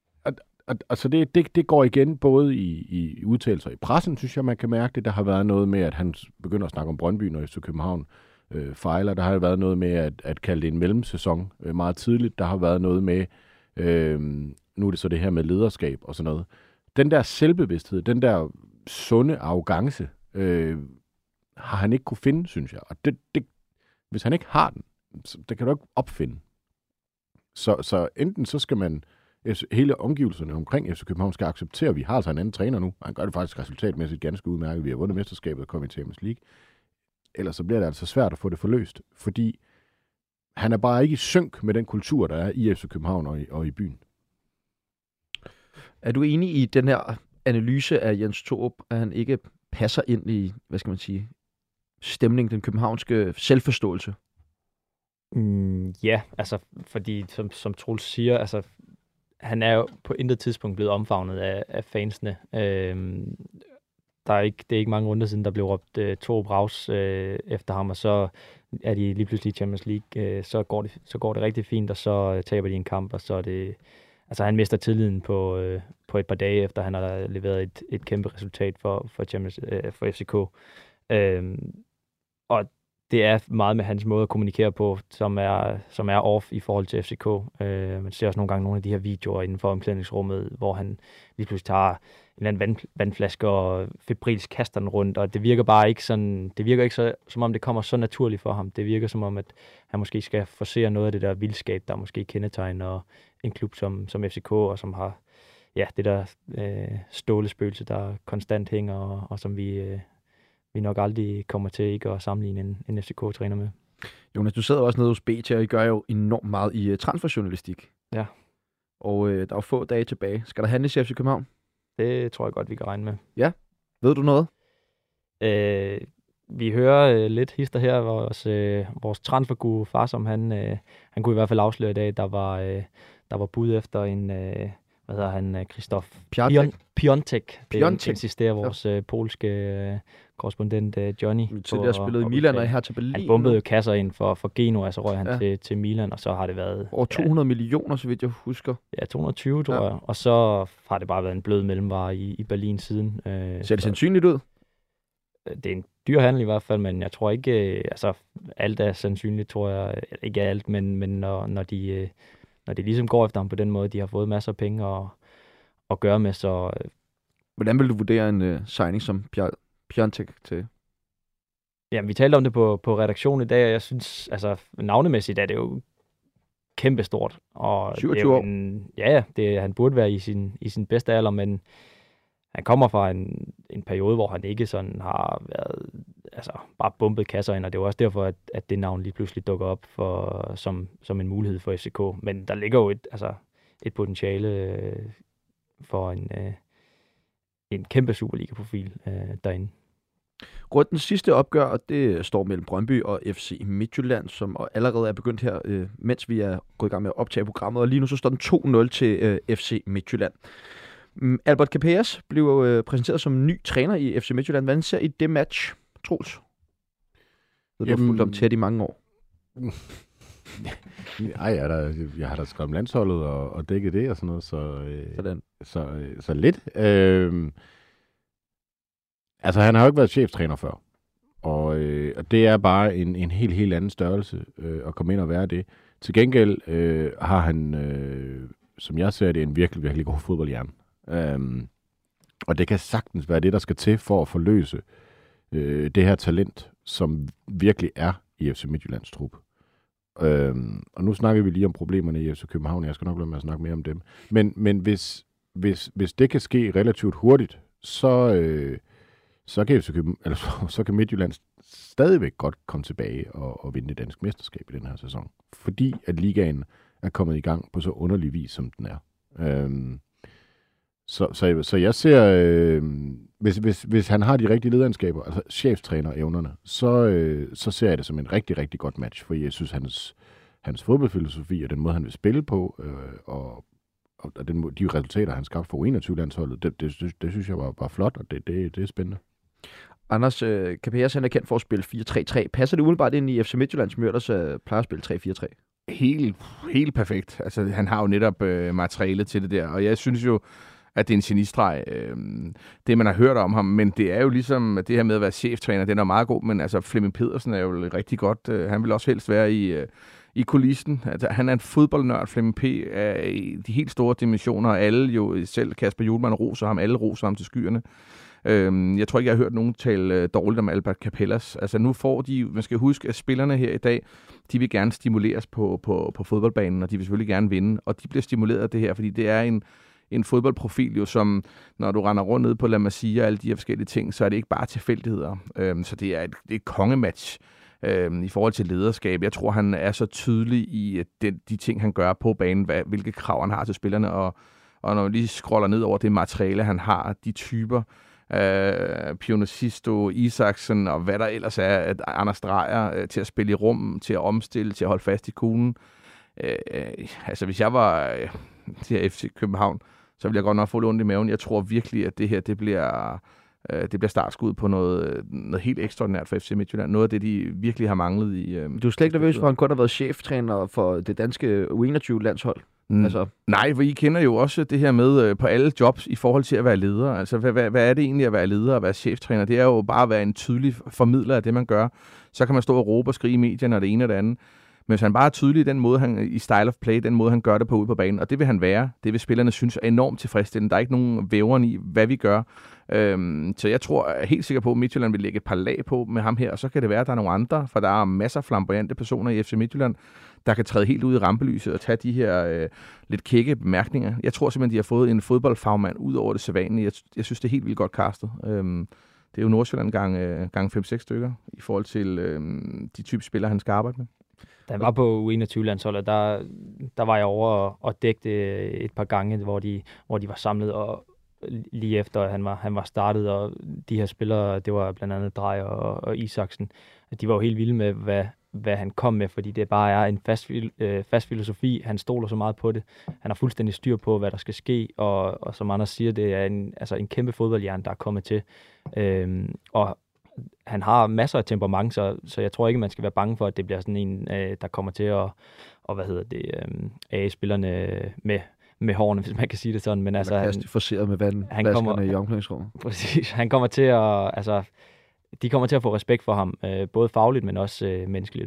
Altså det, det, det går igen både i, i udtalelser i pressen, synes jeg, man kan mærke det. Der har været noget med, at han begynder at snakke om Brøndby, når F C København øh, fejler. Der har været noget med at, at kalde det en mellemsæson øh, meget tidligt. Der har været noget med, øh, nu er det så det her med lederskab og sådan noget. Den der selvbevidsthed, den der sunde arrogance, øh, har han ikke kunne finde, synes jeg. Og det, det, hvis han ikke har den, så det kan du ikke opfinde. Så, så enten så skal man hele omgivelserne omkring F C København skal acceptere, at vi har altså en anden træner nu, og han gør det faktisk resultatmæssigt ganske udmærket. Vi har vundet mesterskabet og kommet i Champions League. Ellers så bliver det altså svært at få det forløst, fordi han er bare ikke i synk med den kultur, der er i F C København og i, og i byen. Er du enig i den her analyse af Jens Torup, at han ikke passer ind i, hvad skal man sige, stemningen, den københavnske selvforståelse? Mm, ja, altså, fordi som, som Troels siger, altså, han er jo på intet tidspunkt blevet omfavnet af, af fansene. Øhm, der er ikke, det er ikke mange runder siden, der blev råbt uh, Torup Raus uh, efter ham, og så er de lige pludselig i Champions League, uh, så, går det, så går det rigtig fint, og så uh, taber de en kamp, og så er det... Altså, han mister tilliden på, uh, på et par dage, efter han har leveret et, et kæmpe resultat for, for, Champions, uh, for F C K. Øhm, og det er meget med hans måde at kommunikere på, som er, som er off i forhold til F C K. Øh, man ser også nogle gange nogle af de her videoer inden for omklædningsrummet, hvor han lige pludselig tager en eller anden vand, vandflaske og febrilsk kaster den rundt, og det virker bare ikke sådan, det virker ikke så, som om det kommer så naturligt for ham. Det virker som om, at han måske skal forsere noget af det der vildskab, der måske kendetegner en klub som, som F C K, og som har ja, det der øh, stålespøgelse, der konstant hænger, og, og som vi... Øh, vi nok aldrig kommer til ikke at sammenligne en, en F C K-træner med. Jonas, du sidder også nede hos B T, og I gør jo enormt meget i uh, transferjournalistik. Ja. Og uh, der er jo få dage tilbage. Skal der handles i F C København? Det tror jeg godt, vi kan regne med. Ja. Ved du noget? Øh, vi hører øh, lidt hister her. Vores, øh, vores transferguru Farsom, han, øh, han kunne i hvert fald afsløre i dag, der var, øh, der var bud efter en... Øh, hvad hedder han? Christoph Piontek. Piontek. Det insisterer vores ja. øh, polske øh, korrespondent øh, Johnny. Tidligere spillet i Milan og her til Berlin. Han bombede jo kasser ind for, for Genoa, så røg han ja. til, til Milan, og så har det været... Over to hundrede ja, millioner, så vidt jeg husker. Ja, to hundrede og tyve, tror ja. jeg. Og så har det bare været en blød mellemvare i, i Berlin siden. Øh, Ser det så, sandsynligt ud? Det er en dyr handel i hvert fald, men jeg tror ikke... Øh, altså, alt er sandsynligt, tror jeg. Ikke alt, men, men når, når de... Øh, Når det ligesom går efter ham på den måde, de har fået masser af penge at, at gøre med, så... Hvordan vil du vurdere en uh, signing som Piontek til? Jamen, vi talte om det på, på redaktionen i dag, og jeg synes, altså navnemæssigt er det jo kæmpestort. Og syvogtyve år? En, ja, ja, det, han burde være i sin, i sin bedste alder, men han kommer fra en, en periode, hvor han ikke sådan har været, altså bare bumpet kasser ind, og det er jo også derfor, at, at det navn lige pludselig dukker op for, som, som en mulighed for F C K. Men der ligger jo et, altså, et potentiale øh, for en, øh, en kæmpe Superliga-profil øh, derinde. Rundens sidste opgør, og det står mellem Brøndby og F C Midtjylland, som allerede er begyndt her, øh, mens vi er gået i gang med at optage programmet, og lige nu så står den to nul til øh, F C Midtjylland. Albert Capellas blev øh, præsenteret som ny træner i F C Midtjylland. Hvordan ser I det match, Troels? Du har fulgt om tæt i mange år. Ej, jeg, der, jeg har da skrevet landsholdet og, og dækket det og sådan noget, så, øh, sådan. så, øh, så lidt. Øh, altså, han har jo ikke været cheftræner før. Og, øh, og det er bare en, en helt, helt anden størrelse øh, at komme ind og være det. Til gengæld øh, har han, øh, som jeg ser det, en virkelig, virkelig god fodboldhjerne. Um, og det kan sagtens være det, der skal til for at forløse øh, det her talent, som virkelig er i F C Midtjyllands trup. Um, og nu snakker vi lige om problemerne i F C København. Jeg skal nok lade med at snakke mere om dem. Men, men hvis, hvis, hvis det kan ske relativt hurtigt, så, øh, så, kan, F C København, eller så, så kan Midtjylland stadigvæk godt komme tilbage og, og vinde det danske mesterskab i den her sæson. Fordi at ligaen er kommet i gang på så underlig vis, som den er. Um, Så, så, så jeg ser, øh, hvis, hvis, hvis han har de rigtige lederskaber, altså cheftræner-evnerne, så, øh, så ser jeg det som en rigtig, rigtig godt match, for jeg synes, hans, hans fodboldfilosofi og den måde, han vil spille på, øh, og, og den, de resultater, han skabte for U enogtyve-landsholdet, det, det, det, det synes jeg var, var flot, og det, det, det er spændende. Anders, øh, Capellas, han er kendt for at spille fire tre tre. Passer det umiddelbart ind i F C Midtjyllands Mørders øh, plejer at spille tre fire tre? Helt, helt perfekt. Altså, han har jo netop øh, materialet til det der, og jeg synes jo, at det er en genistreg, øh, det man har hørt om ham, men det er jo ligesom, det her med at være cheftræner, den er meget god, men altså Flemming Pedersen er jo rigtig godt, øh, han vil også helst være i, øh, i kulissen. Altså, han er en fodboldnørd, Flemming P. er i de helt store dimensioner, og alle jo, selv Kasper Hjulmand roser ham, alle roser ham til skyerne. Øhm, jeg tror ikke, jeg har hørt nogen tale øh, dårligt om Albert Capellas. Altså nu får de, man skal huske, at spillerne her i dag, de vil gerne stimuleres på, på, på fodboldbanen, og de vil selvfølgelig gerne vinde, og de bliver stimuleret af det her, fordi det er en, en fodboldprofil, jo, som når du render rundt ned på La Masia og alle de her forskellige ting, så er det ikke bare tilfældigheder. Øhm, så det er et, det er et kongematch øhm, i forhold til lederskab. Jeg tror, han er så tydelig i de, de ting, han gør på banen, hvad, hvilke krav han har til spillerne, og, og når man lige scroller ned over det materiale, han har, de typer, Uh, Pionicisto, Isaksen og hvad der ellers er, at Anders Dreyer uh, til at spille i rum, til at omstille, til at holde fast i kuglen. Uh, uh, altså hvis jeg var uh, til F C København, så ville jeg godt nok få lidt ondt i maven. Jeg tror virkelig, at det her det bliver, uh, det bliver startskud på noget, noget helt ekstraordinært for F C Midtjylland. Noget af det, de virkelig har manglet i... Uh, du er slet ikke nervøs for, at han kun har været cheftræner for det danske U enogtyve-landshold? Mm. Altså. Nej, for I kender jo også det her med øh, på alle jobs i forhold til at være leder. Altså, hvad, hvad, hvad er det egentlig at være leder og være cheftræner? Det er jo bare at være en tydelig formidler af det, man gør. Så kan man stå og råbe og skrige i medierne og det ene og det andet. Men hvis han bare er tydelig i den måde, han, i style of play, den måde, han gør det på ude på banen, og det vil han være. Det vil spillerne synes er enormt tilfredsstillende. Der er ikke nogen væveren i, hvad vi gør. Øhm, så jeg tror jeg er helt sikker på, at Midtjylland vil lægge et par lag på med ham her, og så kan det være, at der er nogle andre, for der er masser af flamboyante personer i F C Midtjylland, der kan træde helt ud i rampelyset og tage de her øh, lidt kække bemærkninger. Jeg tror simpelthen, de har fået en fodboldfagmand ud over det sædvanlige. Jeg, jeg synes, det er helt vildt godt castet. Øhm, det er jo Nordsjælland gang, øh, gang fem seks stykker i forhold til øh, de type spillere, han skal arbejde med. Da han var på U enogtyve-landsholdet, der, der var jeg over og, og dækte et par gange, hvor de, hvor de var samlet, og lige efter at han var, han var startet, og de her spillere, det var blandt andet Dreyer og, og Isaksen, de var jo helt vilde med, hvad, hvad han kom med, fordi det bare er en fast, øh, fast filosofi. Han stoler så meget på det. Han har fuldstændig styr på, hvad der skal ske, og, og som Anders siger, det er en, altså en kæmpe fodboldhjerne, der er kommet til. Øhm, og han har masser af temperament, så, så jeg tror ikke, man skal være bange for, at det bliver sådan en, øh, der kommer til at, og hvad hedder det, øh, A-spillerne med med hårene, hvis man kan sige det sådan. Men altså, han forceret med vandflaskerne i omklædningsrummet. Præcis. Han kommer til at, altså, de kommer til at få respekt for ham, øh, både fagligt, men også øh, menneskeligt.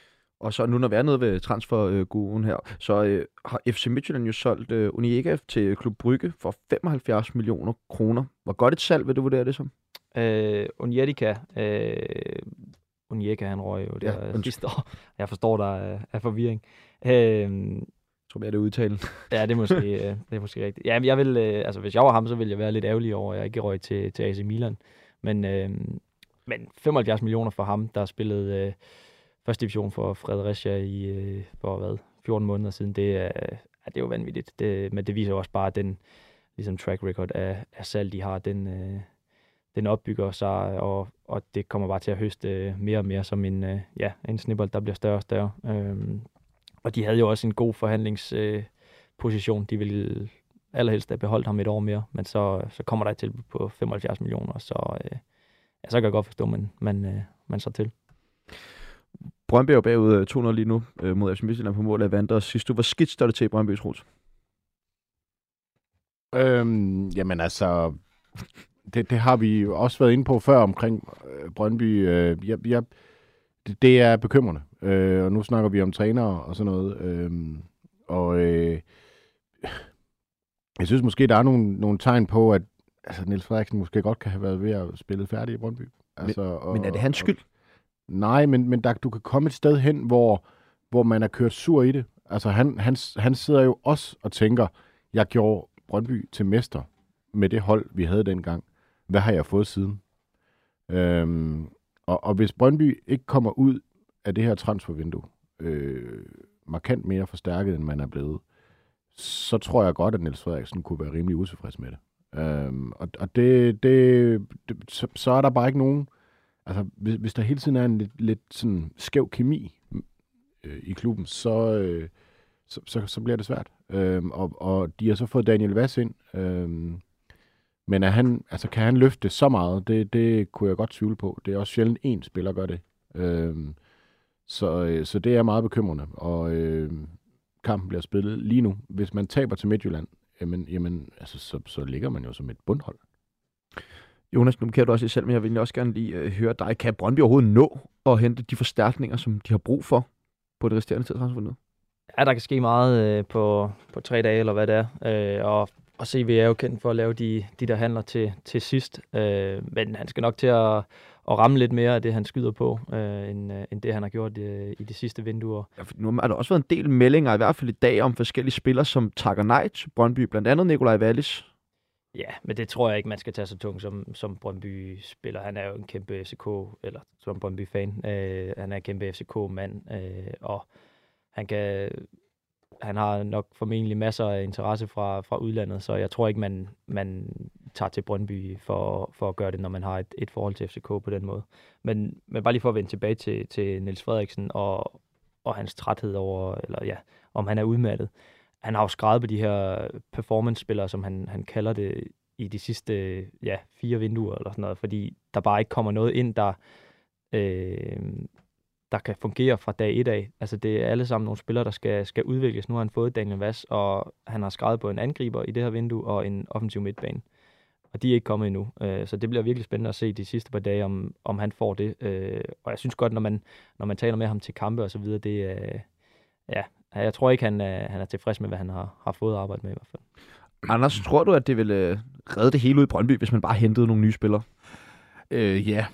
Og så nu, når vi er nede ved transferguruen her, så øh, har F C Midtjylland jo solgt øh, Onyeka til Klub Brygge for femoghalvfjerds millioner kroner. Hvor godt et salg vil du vurdere det som? Øh, Onyeka, øh, Onyeka, han røg jo der ja, sidste år. Jeg forstår, der er, er forvirring. Øh, Jeg tror, jeg er det udtalen. Ja, det er måske, det er måske rigtigt. Ja, jeg vil, altså, hvis jeg var ham, så ville jeg være lidt ærgerlig over, at jeg ikke røg til, til A C Milan. Men, øh, men femoghalvfjerds millioner for ham, der har spillet øh, første division for Fredericia i øh, for hvad, fjorten måneder siden, det er, ja, det er jo vanvittigt. Det, men det viser jo også bare, at den ligesom track record af, af salg, de har, den, øh, den opbygger sig, og, og det kommer bare til at høste mere og mere som en, øh, ja, en snibbold, der bliver større og større. Øh, Og de havde jo også en god forhandlingsposition. Øh, de ville allerhelst have beholdt ham et år mere, men så, så kommer der et tilbud på femoghalvfjerds millioner, så, øh, ja, så kan jeg godt forstå, at man, man, øh, man så til. Brøndby er bagud to nul lige nu øh, mod F C Midtjylland på mål af Vanders. Sidst du, hvor skidt står det til i Brøndby, Troels? Øhm, jamen altså, det, det har vi jo også været inde på før omkring øh, Brøndby. Øh, jeg, jeg, det, det er bekymrende. Øh, og nu snakker vi om trænere og sådan noget. Øh, og øh, jeg synes måske, der er nogle, nogle tegn på, at altså, Niels Frederiksen måske godt kan have været ved at spille færdig i Brøndby. Altså, men, og, men er det hans skyld? Og, nej, men, men der, du kan komme et sted hen, hvor, hvor man er kørt sur i det. Altså han, han, han sidder jo også og tænker, jeg gjorde Brøndby til mester med det hold, vi havde dengang. Hvad har jeg fået siden? Øhm, og, og hvis Brøndby ikke kommer ud af det her transfervindue øh, markant mere forstærket, end man er blevet, så tror jeg godt, at Niels Frederiksen kunne være rimelig utilfreds med det. Øhm, og og det, det, det så, så er der bare ikke nogen, altså hvis, hvis der hele tiden er en lidt, lidt sådan skæv kemi øh, i klubben, så, øh, så, så, så bliver det svært. Øhm, og, og de har så fået Daniel Vass ind, øhm, men er han, altså, kan han løfte så meget? Det, det kunne jeg godt tvivle på. Det er også sjældent én spiller gør det. Øhm, så, så det er meget bekymrende, og øh, kampen bliver spillet lige nu. Hvis man taber til Midtjylland, jamen, jamen, altså, så, så ligger man jo som et bundhold. Jonas, nu kan du også det selv, men jeg vil også gerne lige uh, høre dig. Kan Brøndby overhovedet nå at hente de forstærkninger, som de har brug for på det resterende tidsransvundet? Ja, der kan ske meget øh, på, på tre dage, eller hvad det er. Øh, og Og C V er jo kendt for at lave de, de der handler til, til sidst. Øh, men han skal nok til at, at ramme lidt mere af det, han skyder på, øh, end, øh, end det, han har gjort i, i de sidste vinduer. Ja, nu har der også været en del meldinger, i hvert fald i dag, om forskellige spillere, som takker nej til Brøndby. Blandt andet Nikolaj Wallis. Ja, men det tror jeg ikke, man skal tage så tungt som, som Brøndby-spiller. Han er jo en kæmpe F C K, eller som Brøndby-fan. Øh, han er en kæmpe F C K-mand, øh, og han kan... Han har nok formentlig masser af interesse fra, fra udlandet, så jeg tror ikke, man, man tager til Brøndby for, for at gøre det, når man har et, et forhold til F C K på den måde. Men, men bare lige for at vende tilbage til, til Niels Frederiksen og, og hans træthed over, eller ja, om han er udmattet. Han har jo skrevet på de her performance-spillere, som han, han kalder det, i de sidste ja, fire vinduer eller sådan noget, fordi der bare ikke kommer noget ind, der... Øh, der kan fungere fra dag et af. Altså, det er alle sammen nogle spillere, der skal, skal udvikles. Nu har han fået Daniel Vass, og han har skrevet på en angriber i det her vindue, og en offensiv midtbane. Og de er ikke kommet endnu. Så det bliver virkelig spændende at se de sidste par dage, om, om han får det. Og jeg synes godt, når man, når man taler med ham til kampe og så videre, det er... Ja, jeg tror ikke, han er, han er tilfreds med, hvad han har, har fået arbejde med i hvert fald. Anders, tror du, at det ville redde det hele ud i Brøndby, hvis man bare hentede nogle nye spillere? Øh, ja,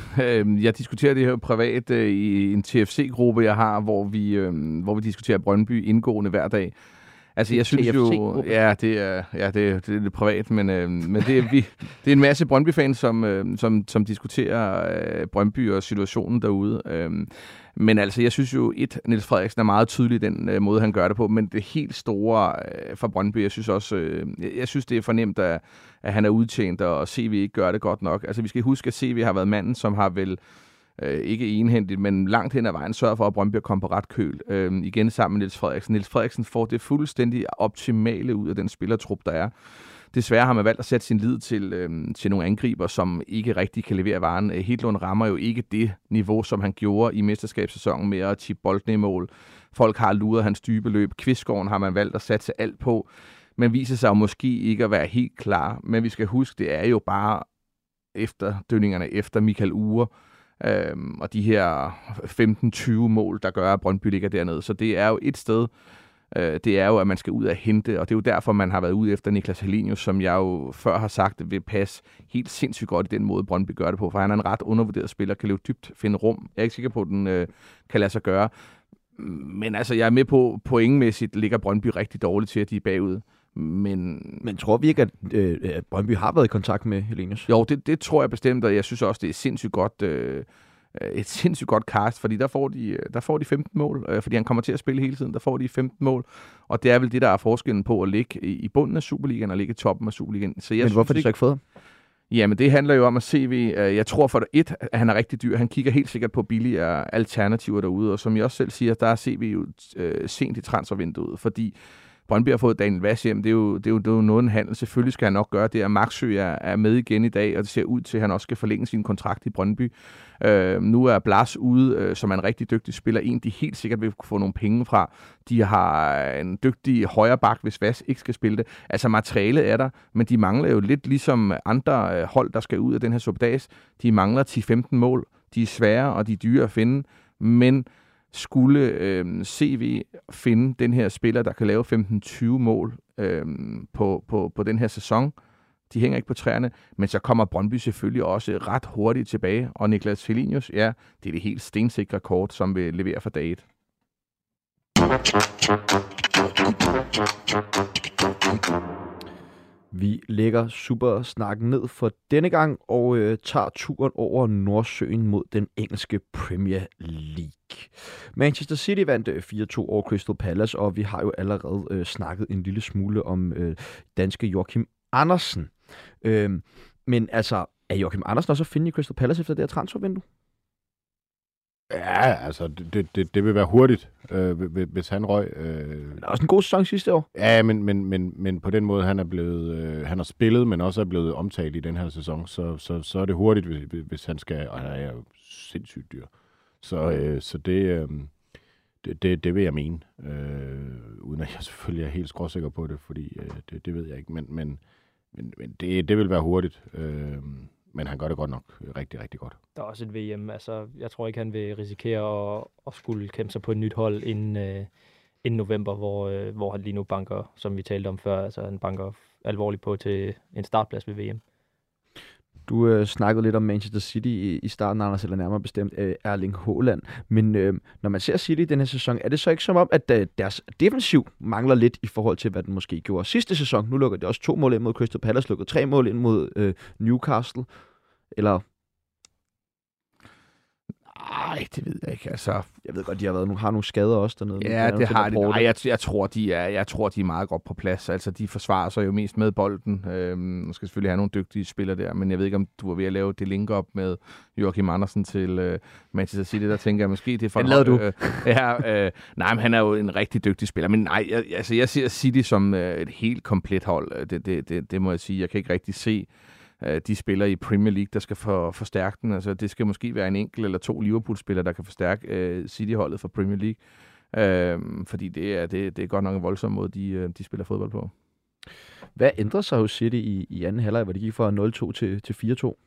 jeg diskuterer det her privat øh, i en T F C-gruppe, jeg har, hvor vi, øh, hvor vi diskuterer Brøndby indgående hver dag. Altså, jeg synes jo... Ja, det er, ja, det er, det er lidt privat, men, øh, men det, er, vi, det er en masse Brøndby-fans, som, øh, som, som diskuterer øh, Brøndby og situationen derude. Øh, men altså, jeg synes jo, et, Niels Frederiksen er meget tydelig den øh, måde, han gør det på, men det helt store øh, for Brøndby, jeg synes også, øh, jeg synes, det er fornemt, at, at han er udtjent, og C V ikke gør det godt nok. Altså, vi skal huske, at C V har været manden, som har vel... Øh, ikke enhændigt, men langt hen ad vejen sørger for, at Brøndby kommer på ret køl. Øh, igen sammen med Niels Frederiksen. Niels Frederiksen får det fuldstændig optimale ud af den spillertrup, der er. Desværre har man valgt at sætte sin lid til, øh, til nogle angriber, som ikke rigtig kan levere varen. Hedlund rammer jo ikke det niveau, som han gjorde i mesterskabssæsonen med at tippe bolden i mål. Folk har luret hans dybe løb. Kvistgården har man valgt at satse alt på, men viser sig jo måske ikke at være helt klar. Men vi skal huske, det er jo bare efterdønningerne efter Michael Uhre, Øhm, og de her femten tyve mål, der gør, at Brøndby ligger dernede. Så det er jo et sted, øh, det er jo, at man skal ud og hente, og det er jo derfor, man har været ude efter Niklas Helenius, som jeg jo før har sagt, vil passe helt sindssygt godt i den måde, Brøndby gør det på, for han er en ret undervurderet spiller, kan løbe dybt, finde rum. Jeg er ikke sikker på, at den øh, kan lade sig gøre. Men altså, jeg er med på, pointmæssigt ligger Brøndby rigtig dårligt til, at de er bagud. Men, Men tror vi ikke, at, øh, at Brøndby har været i kontakt med Helenius? Jo, det, det tror jeg bestemt, og jeg synes også, det er sindssygt godt, øh, et sindssygt godt cast, fordi der får de, der får de femten mål, øh, fordi han kommer til at spille hele tiden, der får de femten mål, og det er vel det, der er forskellen på at ligge i, i bunden af Superligaen og ligge i toppen af Superligaen. Så jeg Men synes, hvorfor er de så ikke fået ham? Jamen, det handler jo om at C V. Jeg tror for det et, at han er rigtig dyr. Han kigger helt sikkert på billigere alternativer derude, og som jeg også selv siger, der er C V jo øh, sent i transfervinduet, fordi Brøndby har fået Daniel Vass hjem. Det er jo, det er jo, det er jo noget en handel. Selvfølgelig skal han nok gøre det, at Maxø er, er med igen i dag, og det ser ud til, at han også skal forlænge sin kontrakt i Brøndby. Øh, nu er Blas ude, øh, som er en rigtig dygtig spiller. En, de helt sikkert vil få nogle penge fra. De har en dygtig højre bak, hvis Vass ikke skal spille det. Altså, materialet er der, men de mangler jo lidt ligesom andre øh, hold, der skal ud af den her suppedas. De mangler ti til femten mål. De er svære, og de er dyre at finde, men skulle øh, C V finde den her spiller, der kan lave femten til tyve mål øh, på, på, på den her sæson. De hænger ikke på træerne, men så kommer Brøndby selvfølgelig også ret hurtigt tilbage. Og Niklas Helenius, ja, det er det helt stensikre kort, som vil levere for dag et. Vi lægger super snakken ned for denne gang og øh, tager turen over Nordsøen mod den engelske Premier League. Manchester City vandt øh, fire to over Crystal Palace, og vi har jo allerede øh, snakket en lille smule om øh, danske Joachim Andersen. Øh, men altså, er Joachim Andersen også at finde i Crystal Palace efter det her transfervindue? Ja, altså, det, det, det vil være hurtigt, øh, hvis han røg. Øh. Det er også en god sæson sidste år. Ja, men, men, men, men på den måde, han er blevet, øh, han har spillet, men også er blevet omtalt i den her sæson, så, så, så er det hurtigt, hvis, hvis han skal, og han er jo sindssygt dyr. Så, øh, så det, øh, det, det, det vil jeg mene, øh, uden at jeg selvfølgelig er helt skråsikker på det, fordi øh, det, det ved jeg ikke, men, men, men, men det, det vil være hurtigt. Øh, Men han gør det godt nok rigtig, rigtig godt. Der er også et V M. Altså, jeg tror ikke, han vil risikere at, at skulle kæmpe sig på et nyt hold, inden, øh, inden november, hvor, øh, hvor han lige nu banker, som vi talte om før, altså han banker alvorligt på til en startplads ved V M. Du øh, snakkede lidt om Manchester City i, i starten, Anders, eller nærmere bestemt øh, Erling Haaland. Men øh, når man ser City i den her sæson, er det så ikke som om, at øh, deres defensiv mangler lidt i forhold til, hvad den måske gjorde sidste sæson? Nu lukker det også to mål ind mod Crystal Palace, lukker tre mål ind mod øh, Newcastle. Eller... Nej, det ved jeg ikke. Altså, jeg ved godt, de har været, nu har nogle skader også dernede. Ja, det har de. Nej, jeg, jeg, tror, de er, jeg tror, de er meget godt på plads. Altså, de forsvarer sig jo mest med bolden. Øhm, man skal selvfølgelig have nogle dygtige spillere der, men jeg ved ikke, om du var ved at lave det link op med Joachim Andersen til øh, Manchester City. Der tænker jeg måske, det er for... Den lavede du. Øh, ja, øh, nej, men han er jo en rigtig dygtig spiller. Men nej, jeg, altså, jeg ser City som øh, et helt komplet hold. Det, det, det, det må jeg sige. Jeg kan ikke rigtig se de spillere i Premier League, der skal for, forstærke den. Altså, det skal måske være en enkelt eller to Liverpool-spillere, der kan forstærke øh, City-holdet for Premier League. Øh, fordi det er, det, det er godt nok en voldsom måde, de, de spiller fodbold på. Hvad ændrede sig hos City i, i anden halvleg, hvor de gik fra nul to til, til fire to?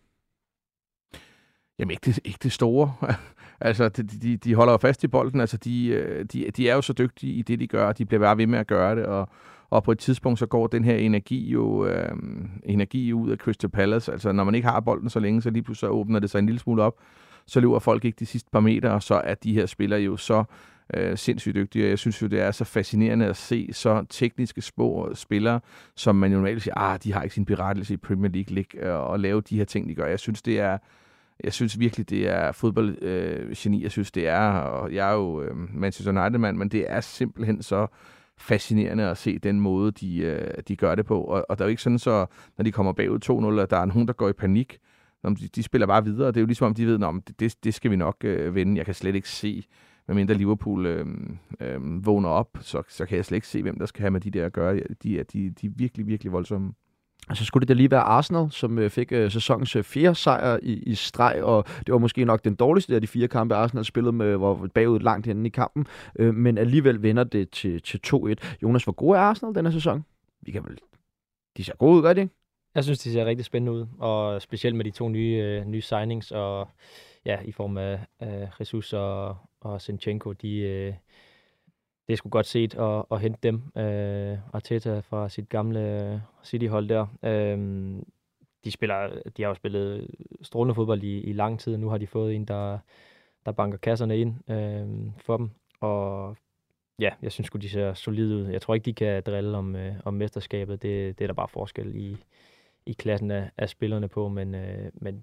Jamen ikke det, ikke det store. Altså, de, de, de holder jo fast i bolden. Altså, de, de, de er jo så dygtige i det, de gør. De bliver bare ved med at gøre det, og Og på et tidspunkt, så går den her energi jo øh, energi ud af Crystal Palace. Altså, når man ikke har bolden så længe, så lige pludselig så åbner det sig en lille smule op. Så løber folk ikke de sidste par meter, og så er de her spillere jo så øh, sindssygt dygtige. Jeg synes jo, det er så fascinerende at se så tekniske spor spillere, som man jo normalt siger, ah, de har ikke sin berettelse i Premier League, ligge og lave de her ting, de gør. Jeg synes, det er... Jeg synes virkelig, det er fodboldgeni. Øh, jeg synes, det er... Og jeg er jo øh, Manchester United-mand, men det er simpelthen så fascinerende at se den måde, de, øh, de gør det på. Og, og der er jo ikke sådan, så når de kommer bagud to nul, at der er nogen, der går i panik. De, de spiller bare videre. Det er jo ligesom, om de ved, at det, det skal vi nok øh, vinde. Jeg kan slet ikke se, medmindre Liverpool øh, øh, vågner op, så, så kan jeg slet ikke se, hvem der skal have med de der at gøre. De er, de, de er virkelig, virkelig voldsomme. Og så skulle det da lige være Arsenal, som øh, fik øh, sæsonens øh, fjerde sejr i, i streg, og det var måske nok den dårligste af de fire kampe, Arsenal spillede med, hvor bagud langt henne i kampen, øh, men alligevel vinder det til, til to et. Jonas, hvor god er Arsenal denne sæson? Vi kan vel... De ser gode ud, gør de ikke? Jeg synes, de ser rigtig spændende ud, og specielt med de to nye, øh, nye signings, og ja, i form af øh, Jesus og, og Zinchenko, de... Øh, det er sgu godt set at, at hente dem. Øh, Arteta fra sit gamle City-hold der. Øh, de, spiller, de har jo spillet strålende fodbold i, i lang tid. Nu har de fået en, der, der banker kasserne ind øh, for dem. Og ja, jeg synes sgu, de ser solide ud. Jeg tror ikke, de kan drille om, øh, om mesterskabet. Det, det er der bare forskel i, i klassen af, af spillerne på. Men, øh, men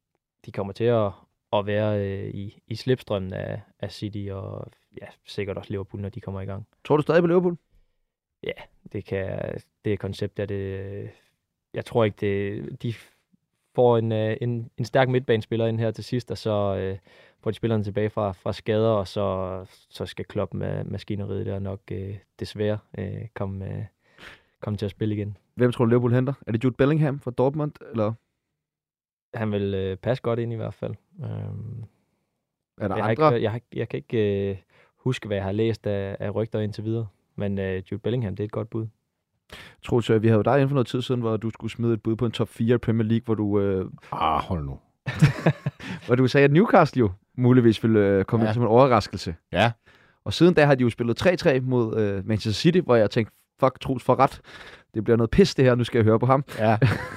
de kommer til at, at være øh, i, i slipstrømmen af, af City og ja, sikkert også Liverpool, når de kommer i gang. Tror du stadig på Liverpool? Ja, det kan det koncept er det. Jeg tror ikke det. De får en, en, en stærk midtbanespiller ind her til sidst, og så øh, får de spillerne tilbage fra, fra skader, og så, så skal Klopp med maskineriet der nok øh, desværre øh, komme, øh, komme til at spille igen. Hvem tror du Liverpool henter? Er det Jude Bellingham fra Dortmund, eller? Han vil øh, passe godt ind i hvert fald. Um, er der jeg andre? Har ikke, jeg, har, jeg kan ikke øh, huske, hvad jeg har læst af, af rygter indtil videre. Men uh, Jude Bellingham, det er et godt bud. Troels, vi havde jo dig inden for noget tid siden, hvor du skulle smide et bud på en top fire i Premier League, hvor du... Øh... Ah, hold nu. hvor du sagde, at Newcastle jo muligvis ville øh, komme ja. ind som en overraskelse. Ja. Og siden da har de jo spillet tre tre mod øh, Manchester City, hvor jeg tænkte, fuck, Troels får ret. Det bliver noget pis det her, nu skal jeg høre på ham. Ja.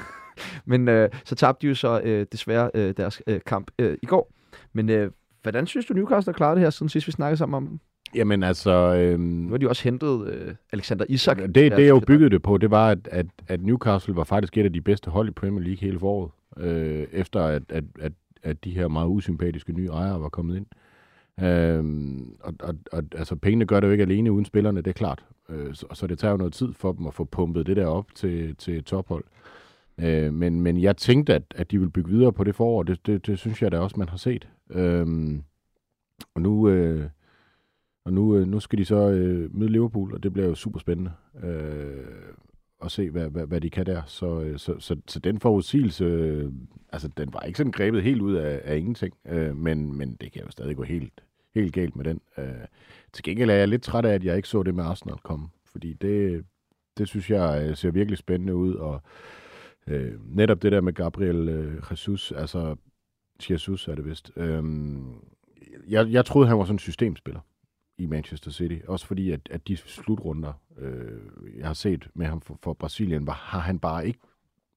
Men øh, så tabte de jo så øh, desværre øh, deres øh, kamp øh, i går. Men øh, hvordan synes du, Newcastle har klaret det her, siden sidst vi snakkede sammen om dem? Jamen altså... Øhm, nu har de også hentet øh, Alexander Isak. Det, det jeg jo byggede det på, det var, at, at, at Newcastle var faktisk et af de bedste hold i Premier League hele foråret. Øh, efter at, at, at, at de her meget usympatiske nye ejere var kommet ind. Øhm, og, og, og altså pengene gør det jo ikke alene uden spillerne, det er klart. Øh, så, så det tager jo noget tid for dem at få pumpet det der op til, til tophold. Øh, men, men jeg tænkte, at, at de ville bygge videre på det forår, det, det, det synes jeg da også, man har set. Øhm, og nu... Øh, Og nu, nu skal de så øh, møde Liverpool, og det bliver jo super spændende øh, at se, hvad, hvad, hvad de kan der. Så, så, så, så den forudsigelse, øh, altså den var ikke sådan grebet helt ud af, af ingenting, øh, men, men det kan jo stadig gå helt, helt galt med den. Øh, til gengæld er jeg lidt træt af, at jeg ikke så det med Arsenal komme, fordi det, det synes jeg ser virkelig spændende ud, og øh, netop det der med Gabriel øh, Jesus, altså Jesus er det vist. Øh, jeg, jeg troede, han var sådan en systemspiller. i Manchester City. Også fordi, at, at de slutrunder, øh, jeg har set med ham for, for Brasilien, var, har han bare ikke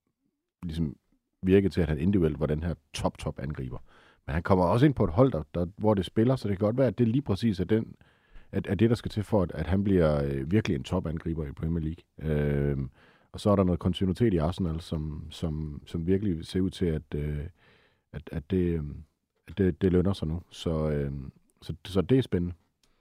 ligesom virket til, at han individuelt var den her top-top angriber. Men han kommer også ind på et hold, der, der, hvor det spiller, så det kan godt være, at det lige præcis er, den, at, at det, der skal til for, at, at han bliver øh, virkelig en top-angriber i Premier League. Øh, og så er der noget kontinuitet i Arsenal, som, som, som virkelig ser ud til, at, øh, at, at, det, at det, det lønner sig nu. Så, øh, så, så det er spændende.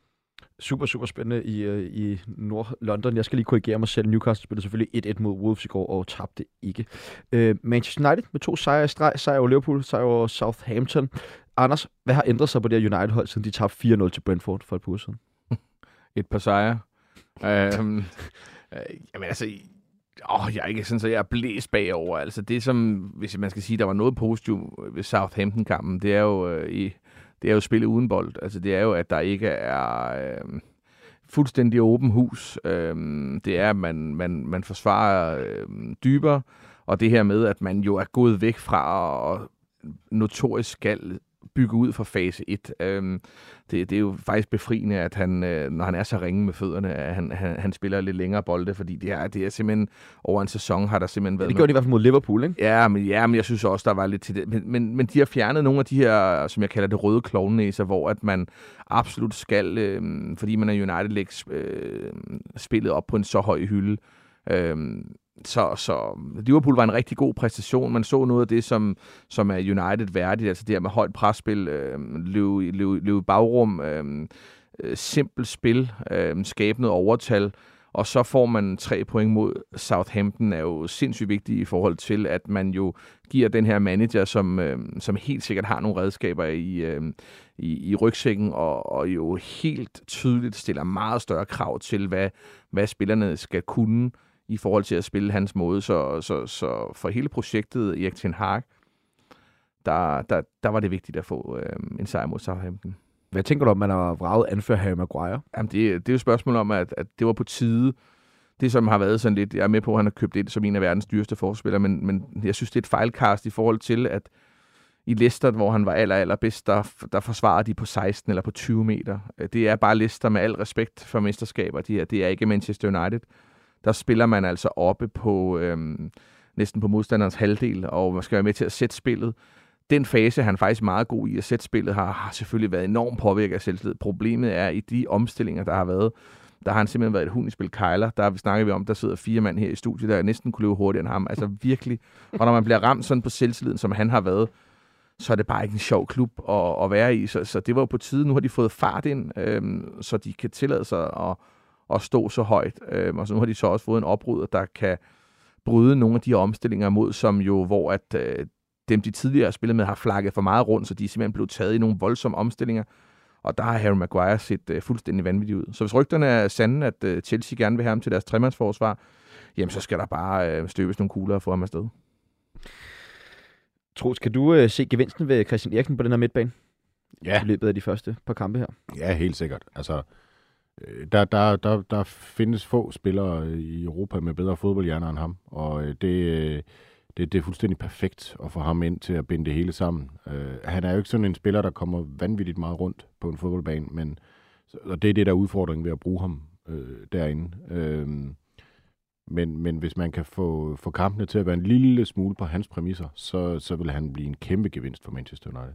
Super, super spændende i, øh, i Nord-London. Jeg skal lige korrigere mig selv. Newcastle spillede selvfølgelig et et mod Wolves i går og tabte ikke. Øh, Manchester United med to sejre i streg. Sejr over Liverpool, sejr over Southampton. Anders, hvad har ændret sig på det her United-hold, siden de tabte fire nul til Brentford for et par uger siden? Et par sejre. øhm, øh, jamen altså... Åh, jeg er ikke sådan, så jeg er blæst bagover. Altså det som, hvis man skal sige, der var noget positivt ved Southampton-kampen, det er jo øh, i... Det er jo spillet uden bold. Altså, det er jo, at der ikke er øh, fuldstændig åben hus. Øh, det er, at man, man, man forsvarer øh, dybere, og det her med, at man jo er gået væk fra og notorisk skal bygge ud fra fase et. Øh, det, det er jo faktisk befriende, at han, øh, når han er så ringe med fødderne, at han, han, han spiller lidt længere bolde, fordi det er, det er simpelthen, over en sæson har der simpelthen været... Det gjorde de i hvert fald mod Liverpool, ikke? Ja, men, ja, men jeg synes også, der var lidt til det. Men, men, men de har fjernet nogle af de her, som jeg kalder det, røde klovnæser, hvor at man absolut skal, øh, fordi man er United, lægge øh, spillet op på en så høj hylde. Øh, Så, så Liverpool var en rigtig god præstation. Man så noget af det, som, som er United værdigt, altså det her med højt presspil, øh, løb, løb, løb bagrum, øh, simpelt spil, øh, skabe noget overtal, og så får man tre point mod Southampton, er jo sindssygt vigtigt i forhold til, at man jo giver den her manager, som, øh, som helt sikkert har nogle redskaber i, øh, i, i rygsækken, og, og jo helt tydeligt stiller meget større krav til, hvad, hvad spillerne skal kunne, i forhold til at spille hans måde. Så, så, så for hele projektet Erik ten Hag, der, der, der var det vigtigt at få øh, en sejr mod Southampton. Hvad tænker du om, man har vraget anfører Harry Maguire? Jamen, det, det er jo et spørgsmål om, at, at det var på tide. Det, som har været sådan lidt... Jeg er med på, at han har købt det som en af verdens dyreste forsvarsspillere, men, men jeg synes, det er et fejlkast i forhold til, at i Leicester, hvor han var aller, aller bedst, der, der forsvarede de på seksten eller på tyve meter. Det er bare Leicester med al respekt for mesterskaber. De er, det er ikke Manchester United. Der spiller man altså oppe på øhm, næsten på modstanderens halvdel, og man skal være med til at sætte spillet. Den fase, han er faktisk meget god i at sætte spillet, har, har selvfølgelig været enormt påvirket af selvtillid. Problemet er, i de omstillinger, der har været, der har han simpelthen været et hund i spil kejler. Der snakker vi om, der sidder fire mand her i studiet, der næsten kunne løbe hurtigere end ham. Altså virkelig. Og når man bliver ramt sådan på selvtilliden, som han har været, så er det bare ikke en sjov klub at, at være i. Så, så det var jo på tide. Nu har de fået fart ind, øhm, så de kan tillade sig at og stå så højt. Øhm, og så nu har de så også fået en oprydder, der kan bryde nogle af de her omstillinger mod, som jo, hvor at øh, dem, de tidligere har spillet med, har flakket for meget rundt, så de er simpelthen blevet taget i nogle voldsomme omstillinger. Og der har Harry Maguire set øh, fuldstændig vanvittigt ud. Så hvis rygterne er sande, at øh, Chelsea gerne vil have ham til deres tremandsforsvar, jamen så skal der bare øh, støbes nogle kugler og få ham afsted. Troels, kan du øh, se gevinsten ved Christian Eriksen på den her midtbane? Ja. I løbet af de første par kampe her. Ja, helt sikkert. Altså, Der, der, der, der findes få spillere i Europa med bedre fodboldhjerner end ham, og det, det, det er fuldstændig perfekt at få ham ind til at binde det hele sammen. Uh, han er jo ikke sådan en spiller, der kommer vanvittigt meget rundt på en fodboldbane, men og det er det, der er udfordringen ved at bruge ham uh, derinde. Uh, men, men hvis man kan få, få kampene til at være en lille smule på hans præmisser, så, så vil han blive en kæmpe gevinst for Manchester United.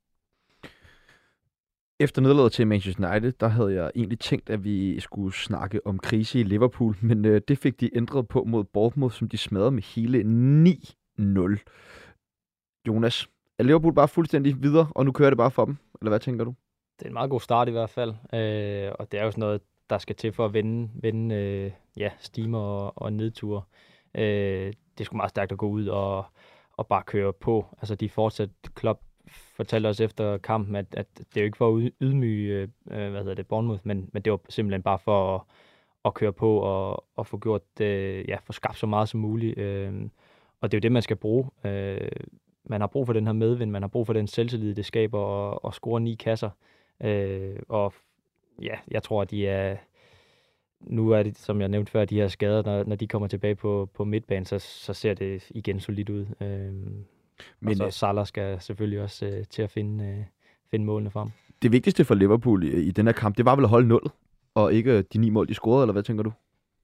Efter nederlaget til Manchester United, der havde jeg egentlig tænkt, at vi skulle snakke om krise i Liverpool, men øh, det fik de ændret på mod Bournemouth, som de smadrede med hele ni nul. Jonas, er Liverpool bare fuldstændig videre, og nu kører det bare for dem? Eller hvad tænker du? Det er en meget god start i hvert fald, øh, og det er jo sådan noget, der skal til for at vende, vende øh, ja, stimer og, og nedture. Øh, det er sgu meget stærkt at gå ud og, og bare køre på. Altså de fortsat Klopp fortalte os efter kampen, at, at det er jo ikke for at ydmyge øh, hvad hedder det, Bournemouth, men, men det var simpelthen bare for at, at køre på og, og få gjort øh, ja, få skabt så meget som muligt. Øh, og det er jo det, man skal bruge. Øh, man har brug for den her medvind, man har brug for den selvtillid, det skaber og, og score ni kasser. Øh, og ja, jeg tror, at de er nu er det, som jeg nævnte før, de her skader, når, når de kommer tilbage på, på midtbanen, så, så ser det igen solidt ud. Øh, Men og så Salah skal selvfølgelig også øh, til at finde, øh, finde målene frem. Det vigtigste for Liverpool i, i den her kamp, det var vel at holde nullet, og ikke de ni mål, de scorede, eller hvad tænker du?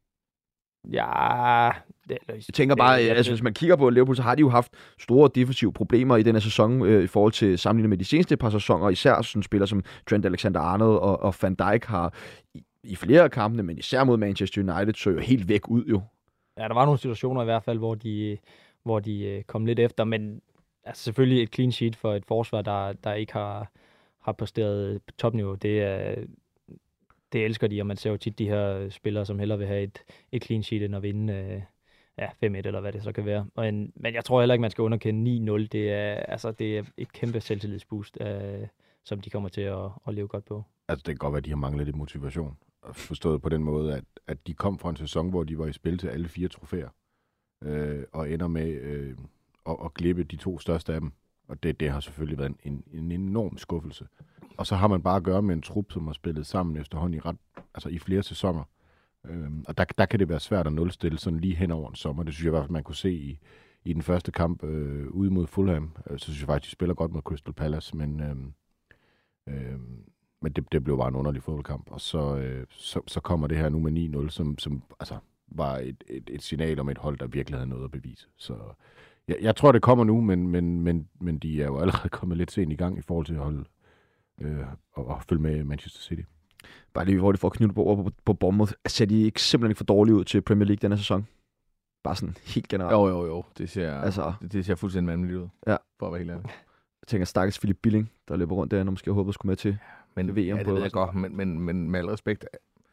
Ja, det, jeg tænker bare, det, altså, hvis man kigger på Liverpool, så har de jo haft store defensive problemer i den her sæson øh, i forhold til sammenlignet med de seneste par sæsoner, især sådan spillere som Trent Alexander-Arnold og, og Van Dijk har i, i flere af kampene, men især mod Manchester United, så jo helt væk ud jo. Ja, der var nogle situationer i hvert fald, hvor de, hvor de øh, kom lidt efter, men altså, selvfølgelig et clean sheet for et forsvar, der, der ikke har, har præsteret på topniveau, det er... Det elsker de, og man ser jo tit de her spillere, som hellere vil have et, et clean sheet, end at vinde øh, ja, fem et, eller hvad det så kan være. Og en, men jeg tror heller ikke, man skal underkende ni nul. Det er, altså, det er et kæmpe selvtillidsboost, øh, som de kommer til at, at leve godt på. Altså, det kan godt være, at de har manglet lidt motivation. Forstået på den måde, at, at de kom fra en sæson, hvor de var i spil til alle fire trofæer, øh, og ender med øh, at, at glippe de to største af dem. Og det, det har selvfølgelig været en, en enorm skuffelse. Og så har man bare at gøre med en trup, som har spillet sammen efterhånden i, ret, altså i flere sæsoner. Øhm, og der, der kan det være svært at nulstille sådan lige hen over en sommer. Det synes jeg i hvert fald, man kunne se i, i den første kamp øh, ude mod Fulham. Så synes jeg faktisk, de spiller godt mod Crystal Palace, men, øhm, øhm, men det, det blev bare en underlig fodboldkamp. Og så, øh, så, så kommer det her nu med ni nul, som, som altså, var et, et, et signal om et hold, der virkelig havde noget at bevise. Så jeg, jeg tror, det kommer nu, men, men, men, men de er jo allerede kommet lidt sent i gang i forhold til at holde øh, og, og følge med Manchester City. Bare lige hvor de får knyttet på, på, på Bournemouth. Ser de ikke simpelthen ikke for dårligt ud til Premier League denne sæson? Bare sådan helt generelt. Jo, jo, jo. Det ser, altså, det, det ser fuldstændig vanvittigt ud. Ja. For at være helt ærlig. Jeg tænker stakkels Philip Billing, der løber rundt der, når måske håbede skulle med til men, V M. Ja, det ved jeg godt, men, men, men med al respekt,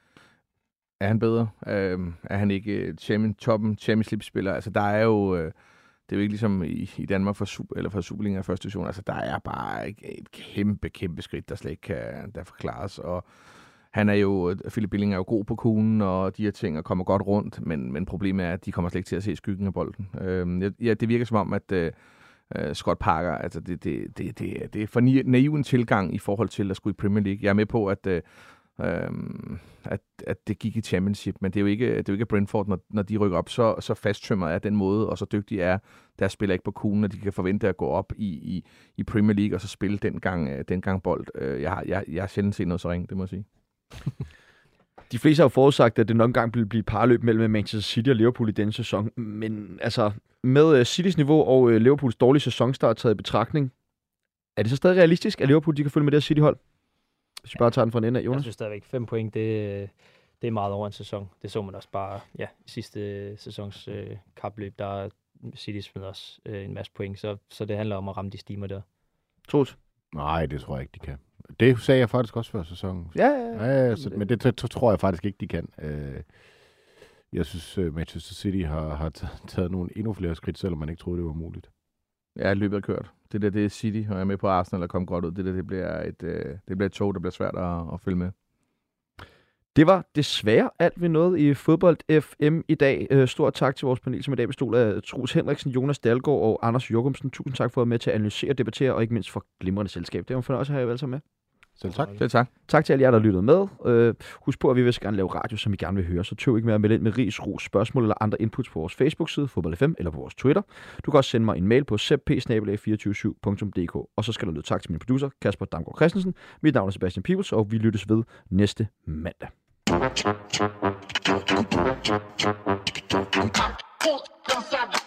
er han bedre? Øhm, er han ikke champion, toppen Champions League-spiller? Altså, der er jo... Øh, det er jo ikke ligesom i, i Danmark for, super, eller for Superliga af første division. Altså, der er bare et, et kæmpe, kæmpe skridt, der slet ikke kan der forklares. Og han er jo, Philip Billing er jo god på kuglen, og de her ting og kommer godt rundt, men, men problemet er, at de kommer slet ikke til at se skyggen af bolden. Øhm, ja, det virker som om, at øh, Scott Parker, altså det, det, det, det, det er for naiv en tilgang i forhold til at skulle i Premier League. Jeg er med på, at øh, Øhm, at, at det gik i championship, men det er jo ikke, det er jo ikke Brentford, når, når de rykker op, så, så fasttømmer er den måde, og så dygtige er deres spiller ikke på kuglen, og de kan forvente at gå op i, i, i Premier League, og så spille den gang, den gang bold. Jeg har, jeg, jeg har sjældent set noget så ringe, det må jeg sige. De fleste har jo forudsagt, at det nok engang vil blive parløb mellem Manchester City og Liverpool i denne sæson, men altså med Citys niveau og Liverpools dårlige sæsonstart taget i betragtning, er det så stadig realistisk, at Liverpool de kan følge med det her City-hold? Hvis vi bare tager den fra en ende af, Jonas. Jeg synes stadigvæk, fem point, det, det er meget over en sæson. Det så man også bare, ja, i sidste sæsons øh, kapløb, der City smed også øh, en masse point, så, så det handler om at ramme de stimer der. Troels? Nej, det tror jeg ikke, de kan. Det sagde jeg faktisk også før sæsonen. Ja, ja, ja. ja så, men det t- t- tror jeg faktisk ikke, de kan. Øh, jeg synes, Manchester City har, har taget nogle endnu flere skridt, selvom man ikke troede, det var muligt. Ja, løbet er kørt. Det der, det er City, og jeg er med på Arsenal, der kom godt ud. Det der, det bliver et, øh, det bliver et tog, der bliver svært at, at følge med. Det var desværre alt, vi nåede i Fodbold F M i dag. Stort tak til vores panel, som i dag bestod af Troels Henriksen, Jonas Dalgaard og Anders Jokumsen. Tusind tak for at være med til at analysere, debattere og ikke mindst for glimrende selskab. Det var en fornøjelse at have jer alle sammen med. Selv tak. Selv tak. Tak til alle jer, der lyttede med. Uh, husk på, at vi vil gerne lave radio, som I gerne vil høre. Så tøv ikke med at melde ind med ris, ros, spørgsmål eller andre inputs på vores Facebook-side, Fodbold F M, eller på vores Twitter. Du kan også sende mig en mail på z p bindestreg fire to syv punktum d k. Og så skal der lyde tak til min producer, Kasper Damgaard Christensen. Mit navn er Sebastian Peebles, og vi lyttes ved næste mandag. Come on,